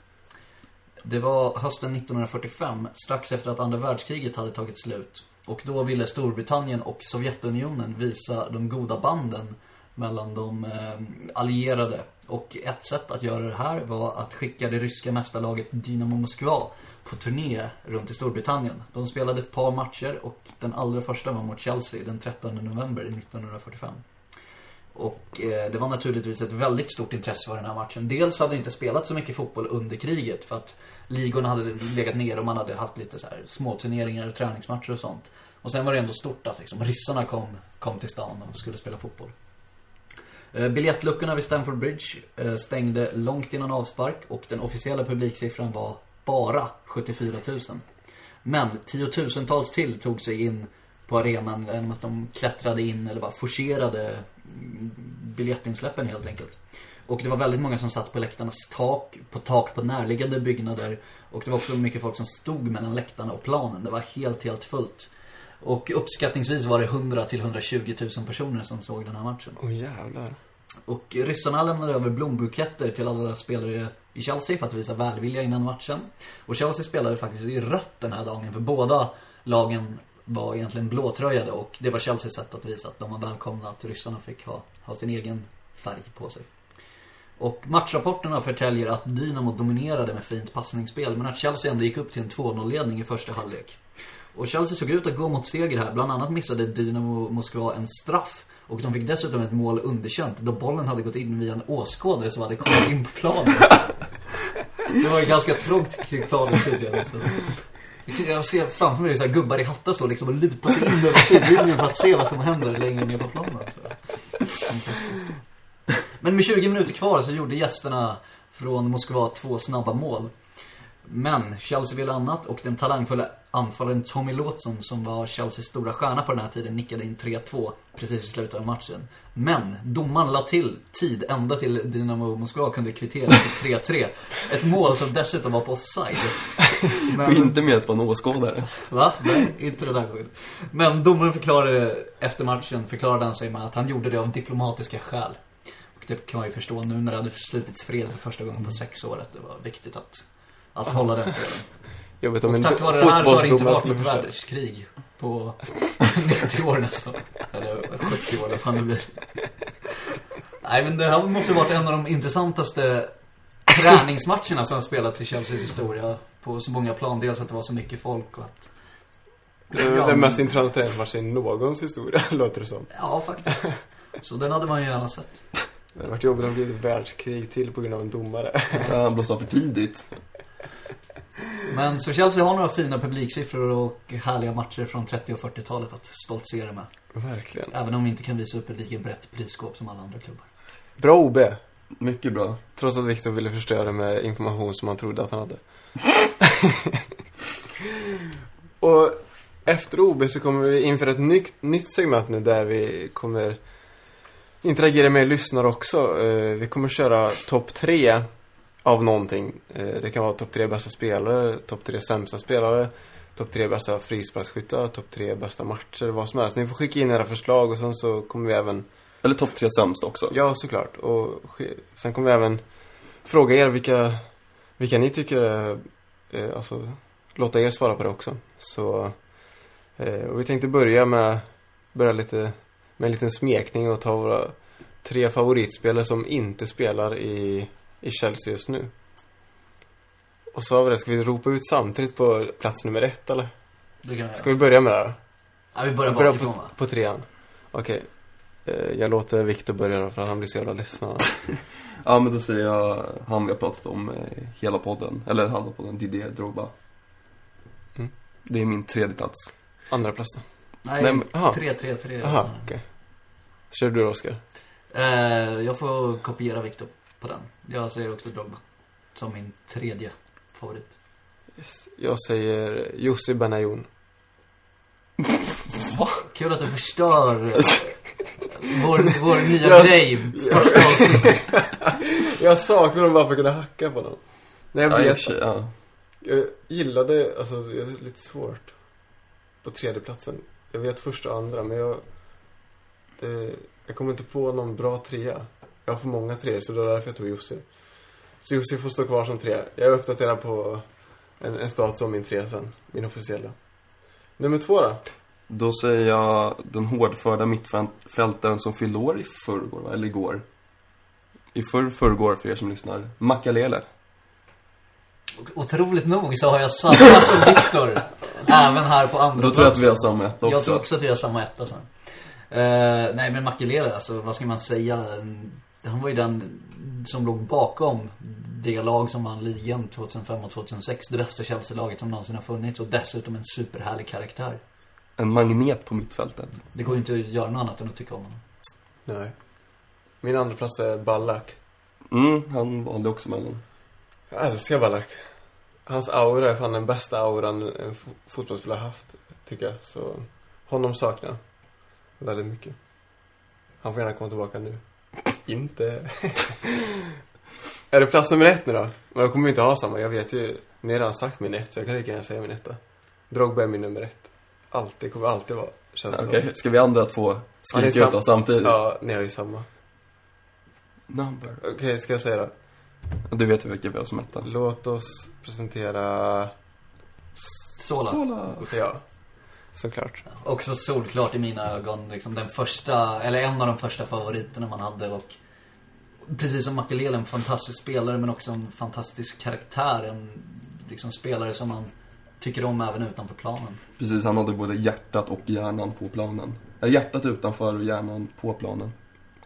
Det var hösten 1945, strax efter att andra världskriget hade tagit slut. Och då ville Storbritannien och Sovjetunionen visa de goda banden mellan de allierade. Och ett sätt att göra det här var att skicka det ryska mästarlaget Dynamo Moskva på turné runt i Storbritannien. De spelade ett par matcher och den allra första var mot Chelsea den 13 november 1945. Och det var naturligtvis ett väldigt stort intresse för den här matchen. Dels hade det inte spelat så mycket fotboll under kriget för att ligorna hade legat ner och man hade haft lite så här små turneringar och träningsmatcher och sånt. Och sen var det ändå stort att liksom, ryssarna kom till stan och skulle spela fotboll. Biljettluckorna vid Stamford Bridge stängde långt innan avspark och den officiella publiksiffran var bara 74 000. Men tiotusentals till tog sig in på arenan genom att de klättrade in eller bara forcerade biljettinsläppen helt enkelt. Och det var väldigt många som satt på läktarnas tak på närliggande byggnader. Och det var också mycket folk som stod mellan läktarna och planen. Det var helt fullt. Och uppskattningsvis var det 100 till 120 000 personer som såg den här matchen. Åh jävlar. Och ryssarna lämnade över blombuketter till alla spelare i Chelsea för att visa välvilja innan matchen. Och Chelsea spelade faktiskt i rött den här dagen, för båda lagen var egentligen blåtröjade. Och det var Chelseas sätt att visa att de var välkomna, att ryssarna fick ha sin egen färg på sig. Och matchrapporterna förtäljer att Dynamo dominerade med fint passningsspel, men att Chelsea ändå gick upp till en 2-0-ledning i första halvlek. Och Chelsea såg ut att gå mot seger här. Bland annat missade Dynamo Moskva en straff. Och de fick dessutom ett mål underkänt då bollen hade gått in via en åskådare som hade kommit in på planen. Det var ju ganska trångt kring planen tidigare. Så. Jag ser framför mig så här gubbar i hattar stå liksom och luta sig in över sidlinjen för att se vad som händer längre ner på planen. Så. Men med 20 minuter kvar så gjorde gästerna från Moskva 2 snabba mål. Men Chelsea ville annat och den talangfulla anfallaren Tommy Lawson, som var Chelseas stora stjärna på den här tiden, nickade in 3-2 precis i slutet av matchen. Men domaren la till tid ända till Dynamo Moskva kunde kvittera till 3-3. Ett mål som dessutom var på offside. Men... Och inte med på en åskådare. Va? Nej, inte det där gången. Men domaren förklarade han sig med att han gjorde det av diplomatiska skäl. Och det kan man ju förstå nu när det hade slutits fred för första gången på 6 år. Att det var viktigt att hålla den freden. Jag vet om och tack vare det här så har det inte varit något världskrig på 90 år nästan. Eller 70 år, vad fan det blir. Nej, men det här måste ha varit en av de intressantaste träningsmatcherna som har spelat i Chelseas historia på så många plan. Dels att det var så mycket folk och att... Den mest intressanta träningsmatchen i någons historia, låter det som. Ja, faktiskt. Så den hade man ju gärna sett. Det hade varit jobbigt att bli ett världskrig till på grund av en domare. Ja, han blåste av för tidigt. Men så Chelsea har några fina publiksiffror och härliga matcher från 30- och 40-talet att stoltsera med. Verkligen. Även om vi inte kan visa upp ett lika brett prisskåp som alla andra klubbar. Bra OB. Mycket bra. Trots att Victor ville förstöra med information som han trodde att han hade. Och efter OB så kommer vi inför ett nytt segment nu där vi kommer interagera med lyssnare också. Vi kommer köra topp 3 av någonting. Det kan vara topp 3 bästa spelare, topp 3 sämsta spelare, topp 3 bästa frisparksskyttar, topp 3 bästa matcher, vad som helst. Ni får skicka in era förslag och sen så kommer vi även... Eller topp 3 sämst också. Ja, såklart. Och sen kommer vi även fråga er vilka ni tycker alltså låta er svara på det också. Så och vi tänkte börja lite med en liten smekning och ta våra 3 favoritspelare som inte spelar i Chelsea just nu. Och så har vi det. Ska vi ropa ut samtidigt på plats nummer 1 eller? Det kan vi Ska vi börja med det då? Ja, vi börjar bakifrån på 3:an. Okej. Jag låter Victor börja då, för att han blir så jävla ledsen. Ja, men då säger jag han vi har pratat om hela podden. Eller halva podden, Didier Drogba. Mm. Det är min 3:e plats. Andra plats då? Nej, 3-3-3. Jaha, okej. Kör du då, Oskar? Jag får kopiera Victor på den. Jag säger också Drogba som min 3:e favorit. Jag säger Jussi Benayoun. Va? Kul att du förstör vår nya grej. Första avsnittet. Jag saknar dem bara för att kunna hacka på dem. Nej, jag vet. Ja. Jag gillade, alltså det är lite svårt på tredje platsen. Jag vet första och andra, men jag kommer inte på någon bra trea. Jag har för många tre, så det var därför jag tog Jussi. Så Jussi får stå kvar som tre. Jag uppdaterar på en stat som min tre sen, min officiella. Nummer 2 då? Då säger jag den hårdförda mittfältaren som fyllde år i förrgår, va? Eller igår. I förrgår för er som lyssnar. Makalele. Otroligt nog så har jag samma som Viktor. Även här på andra. Då tror jag att vi har samma etta också. Jag tror också att vi har samma etta sen. Nej, men Makalele, alltså vad ska man säga? Han var ju den som låg bakom det lag som vann ligan 2005 och 2006. Det bästa Chelsea-laget som någonsin har funnits. Och dessutom en superhärlig karaktär. En magnet på mittfältet. Det går ju inte att göra något annat än att tycka om honom. Nej. Min andra plats är Ballack. Han valde också mellan. Jag älskar Ballack. Hans aura är fan den bästa auran en fotbollsspelare har haft, tycker jag. Så honom saknar jag väldigt mycket. Han får gärna komma tillbaka nu. Inte. Är det plats nummer 1 nu då? Men jag kommer inte ha samma. Jag vet ju, ni har redan sagt min 1, så jag kan lika gärna säga min 1. Drogba är min nummer 1. Alltid, kommer alltid vara. Okej, ska vi andra två skrika ut oss samtidigt? Ja, ni har ju samma. Number. Okej, ska jag säga då? Du vet ju vilka vi har som etta. Låt oss presentera Sola. Ja, såklart. Också solklart i mina ögon liksom den första, eller en av de första favoriterna man hade. Och precis som Makelele, en fantastisk spelare, men också en fantastisk karaktär. En liksom spelare som man tycker om även utanför planen. Precis, han hade både hjärtat och hjärnan på planen. Hjärtat utanför och hjärnan på planen.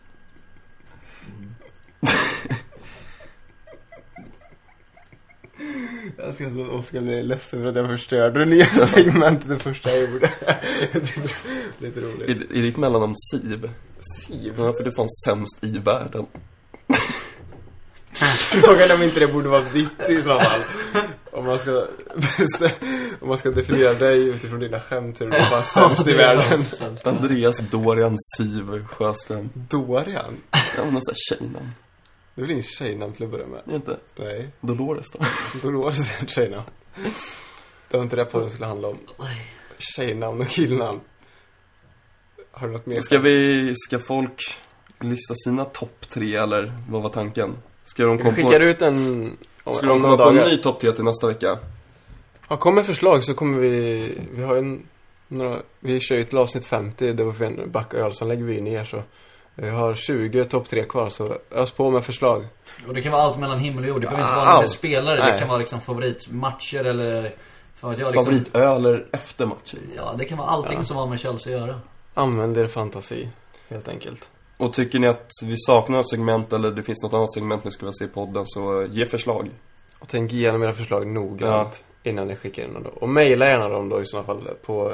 Jag ska säga att Oskar blir ledsen för att jag förstörde det nya segmentet, det första jag gjorde. Lite roligt. I ditt mellannamn Siv. Siv? Ja, för du fanns sämst i världen. Frågan om inte det borde vara ditt i så fall. Om man ska definiera dig utifrån dina skämt, så är du bara sämst i världen. Andreas Dorian Siv Sjöström. Dorian? Ja, men någon sån här tjejnamn. Det är väl ingen tjejnamn till att börja med? Inte? Nej. Dolores då? Dolores är ett tjejnamn. Det var inte det på det skulle handla om. Tjejnamn och killnamn. Har du något mer? Ska folk lista sina topp 3, eller vad var tanken? Ska de komma ut en... Ska de komma på en ny topp 3 till nästa vecka? Ja, kommer förslag så kommer vi har vi kör ju till avsnitt 50, det var för en backöl, så lägger vi ner, så vi har 20 topp 3 kvar, så ös på med förslag. Och det kan vara allt mellan himmel och jord. Det behöver inte vara några spelare. Nej. Det kan vara liksom favoritmatcher eller favoritöler efter matcher. Ja, det kan vara allting som har med Chelsea att göra. Använd er fantasi, helt enkelt. Och tycker ni att vi saknar ett segment, eller det finns något annat segment ni skulle vilja se i podden, så ge förslag. Och tänk igenom era förslag noggrant innan ni skickar in dem då. Och mejla gärna dem då i så fall på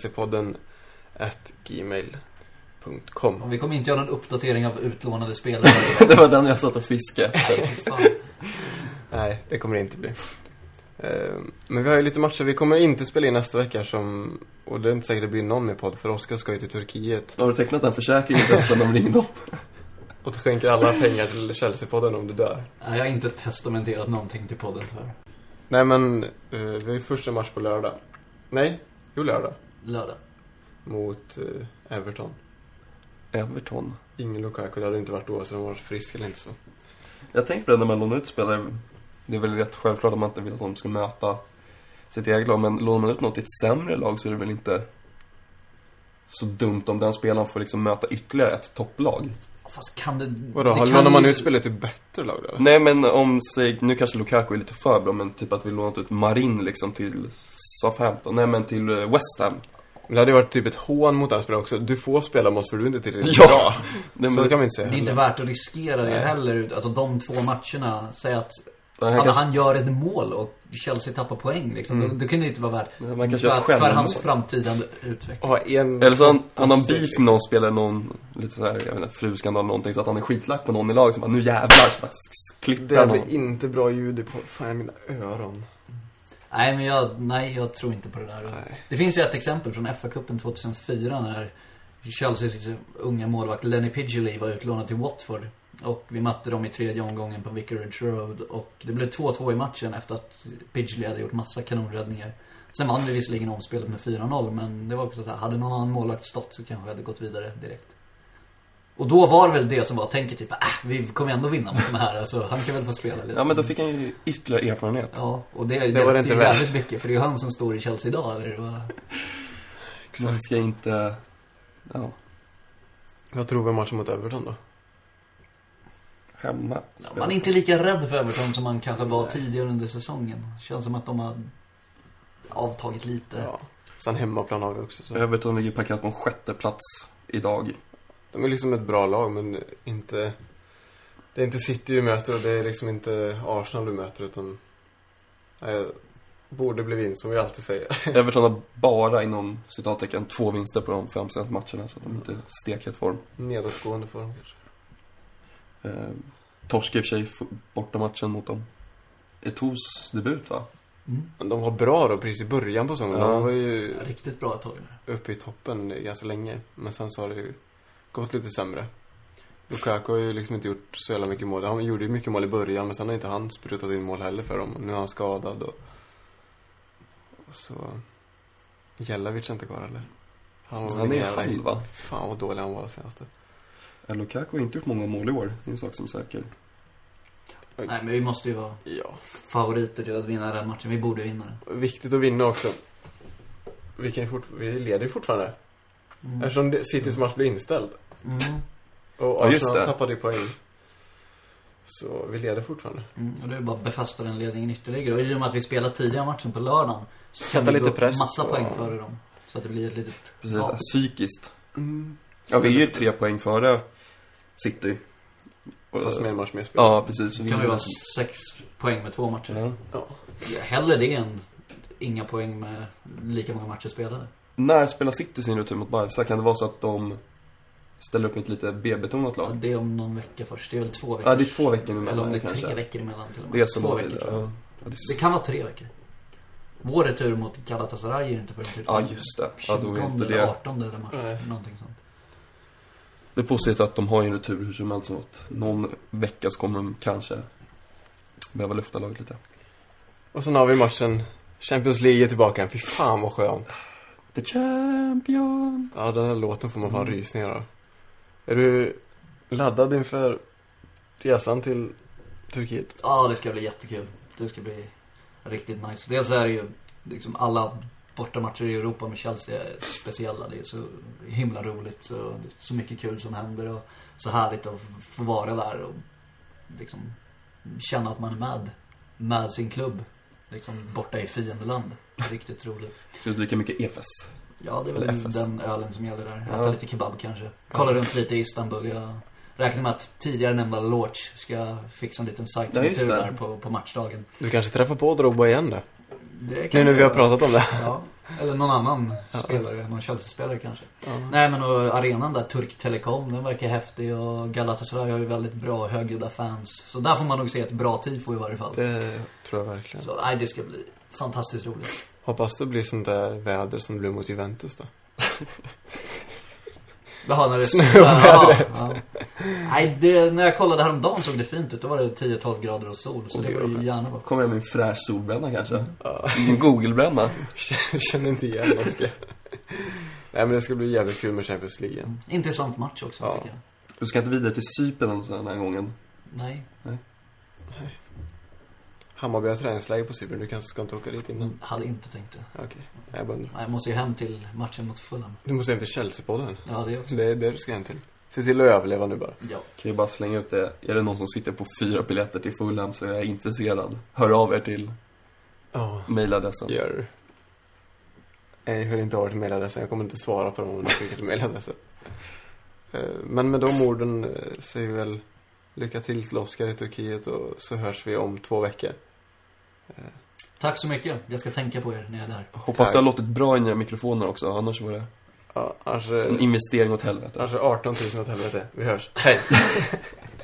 chelseapodden@gmail.com. Och vi kommer inte göra någon uppdatering av utlånade spelare. Det var den jag satt och fiskade. Nej, det kommer det inte bli. Men vi har ju lite matcher. Vi kommer inte spela in nästa vecka och det är inte säkert att det blir någon med podd, för Oskar ska ju till Turkiet. Har du tecknat en försäkring i testen om ringde upp? Och skänker alla pengar till Chelsea-podden om du dör. Nej, jag har inte testamenterat någonting till podden för. Nej, men vi har ju första match på lördag. Nej, lördag. Mot Everton. Ingen Lukaku, det hade inte varit då, så de var frisk eller inte så. Jag tänkte på det när man lånar ut spelare. Det är väl rätt självklart att man inte vill att de ska möta sitt eget lag. Men lånar man ut något i ett sämre lag, så är det väl inte så dumt om den spelaren får liksom möta ytterligare ett topplag. Fast kan det... Vadå, lånar man ut spelet till bättre lag då? Nej, men om sig, nu kanske Lukaku är lite för bra, men typ att vi lånat ut Marin liksom till Southampton. Nej, men till West Ham. Men det hade varit typ ett hån mot den spelaren också. Du får spela måste, för du är inte tillräckligt bra. Nej, så det kan man inte säga. Det är inte värt att riskera det heller. Alltså de 2 matcherna, säg att han gör ett mål och Chelsea tappar poäng liksom. Det kan det inte vara värt för hans framtida utveckling. Eller så han har en beef med någon spelare, någon lite så här, jag vet inte, fruskandal någonting, så att han är skitlack på någon i lag som bara, nu jävlar, så bara klipper det blir inte bra ljud på fan mina öron. Nej, jag tror inte på det där. Nej. Det finns ju ett exempel från FA-cupen 2004 när Chelseas unga målvakt Lenny Pidgley var utlånad till Watford. Och vi mötte dem i tredje omgången på Vicarage Road. Och det blev 2-2 i matchen efter att Pidgley hade gjort massa kanonräddningar. Sen vann vi visserligen omspelet med 4-0. Men det var också så här, hade någon annan målvakt stått så kanske hade gått vidare direkt. Och då var det väl det som var tänket typ, vi kommer ändå vinna mot de här. Alltså, han kan väl få spela lite. Ja, men då fick han ju ytterligare erfarenhet. Ja, och det var det inte väldigt mycket. För det är ju han som står i Chelsea idag. Eller? Det var... Man ska inte... Ja. Vad tror vi matchen mot Everton då? Hemma. Ja, man är inte lika rädd för Everton som man kanske var tidigare under säsongen. Känns som att de har avtagit lite. Ja. Sen hemmaplan har vi också. Så. Everton ligger parkerat på en 6:e plats idag. De är liksom ett bra lag, men inte... Det är inte City vi möter och det är liksom inte Arsenal du möter, utan... borde bli vinst, som vi alltid säger. Everton har bara inom citattecken 2 vinster på de 5 senaste matcherna, så att de inte stekhet form. Nedåtgående form kanske. Torsk i och för sig borta matchen mot dem. Etos debut, va? Men de var bra då precis i början på säsongen. Ja. De var ju riktigt bra ett tag uppe i toppen ganska länge. Men sen så har det ju gått lite sämre. Lukaku har ju liksom inte gjort så jävla mycket mål. Han gjorde ju mycket mål i början, men sen har inte han sprutat in mål heller för dem. Nu är han skadad och så... Jelavic är inte kvar, eller? Han är halv, va? Fan vad dålig han var senaste. Lukaku har inte gjort många mål i år. Det är en sak som är säker. Nej, men vi måste ju vara favoriter till att vinna den matchen. Vi borde vinna den. Viktigt att vinna också. Vi leder ju fortfarande. Eftersom Citys match blir inställd. Och Arsenal tappade ju poäng. Så vi leder fortfarande. Och det är bara att befästa den ledningen ytterligare. Och i och med att vi spelar tidigare matchen på lördagen, så sätta lite press massa poäng före dem. Så att det blir ett litet... Precis, psykiskt. Ja, vi är ju 3 poäng före City. Fast med en match med spel. Ja, precis. Så kan vi vara 6 poäng med 2 matcher. Ja. Hellre det än inga poäng med lika många matcher spelade. När spelar City sin retur mot Barca? Kan det vara så att de ställer upp med ett lite B-betonat lag? Ja, det är om någon vecka först. Det är väl 2 veckor. Ja, det är 2 veckor nu. Eller om det är 3 kanske. veckor emellan till och med. Det är som 2 veckor, tror jag. Det kan vara 3 veckor. Vår retur mot Galatasaray är inte för en tur. Ja, just det. Ja, då är inte eller det. 18 eller mars. Någonting sånt. Det är positivt att de har en retur hur som helst, så att någon vecka så kommer de kanske behöva lyfta laget lite. Och sen har vi matchen Champions League tillbaka. Fy fan vad skönt. The Champion. Ja, den här låten får man fan rysningar av. Är du laddad inför resan till Turkiet? Ja, det ska bli jättekul. Det ska bli riktigt nice. Dels är det ju liksom alla bortamatcher i Europa med Chelsea är speciella. Det är så himla roligt. Så mycket kul som händer. Och så härligt att få vara där och liksom känna att man är med sin klubb. Liksom borta i fiendeland. Riktigt roligt. Ska du dricka mycket Efes? Ja, det är väl den ölen som gäller där. Äta lite kebab kanske. Kolla runt lite i Istanbul. Jag räknar med att tidigare nämnda Lorch ska fixa en liten sightseeing-tur där på matchdagen. Du kanske träffar på Drogba igen då? Det kan nu vi har pratat om det. Ja. Eller någon annan spelare, någon Chelsea-spelare kanske. Nej, men och arenan där, Turk Telekom, den verkar häftig. Och Galatasaray har ju väldigt bra högljudda fans. Så där får man nog se ett bra tifo i varje fall. Det tror jag verkligen. Så nej, det ska bli fantastiskt roligt. Hoppas det blir sånt där väder som det blir mot Juventus då. Jaha, när det Nej, när jag kollade häromdagen såg det fint ut. Då var det 10-12 grader och sol. Så det var ju gärna bra. Kommer jag med en fräsch solbränna kanske? En Google-bränna. Känner inte igen Oskar. Nej, men det ska bli jävligt kul med Champions League. Intressant match också, tycker jag. Du ska inte vidare till Cypern den här gången? Nej. Hammarby har träningsläge på Cypern. Du kanske ska inte åka dit innan? Hade inte tänkt det. Okej. Jag måste ju hem till matchen mot Fulham. Du måste hem till Chelsea-podden. Ja, det är också. Det är det du ska hem till. Se till att överleva nu bara. Ja. Kan jag bara slänga ut det. Är det någon som sitter på 4 biljetter till Fulham så är jag intresserad. Hör av er till mailadressen. Gör du. Jag hör inte av er till mailadressen. Jag kommer inte svara på dem om du skickar till mailadressen. Men med de orden säger vi väl lycka till Oskar i Turkiet och så hörs vi om 2 veckor. Tack så mycket. Jag ska tänka på er när jag är där. Hoppas det har låtit bra i nya mikrofoner också. Annars var det annars, en investering åt helvete. Annars 18 000 åt helvete. Vi hörs. Hej!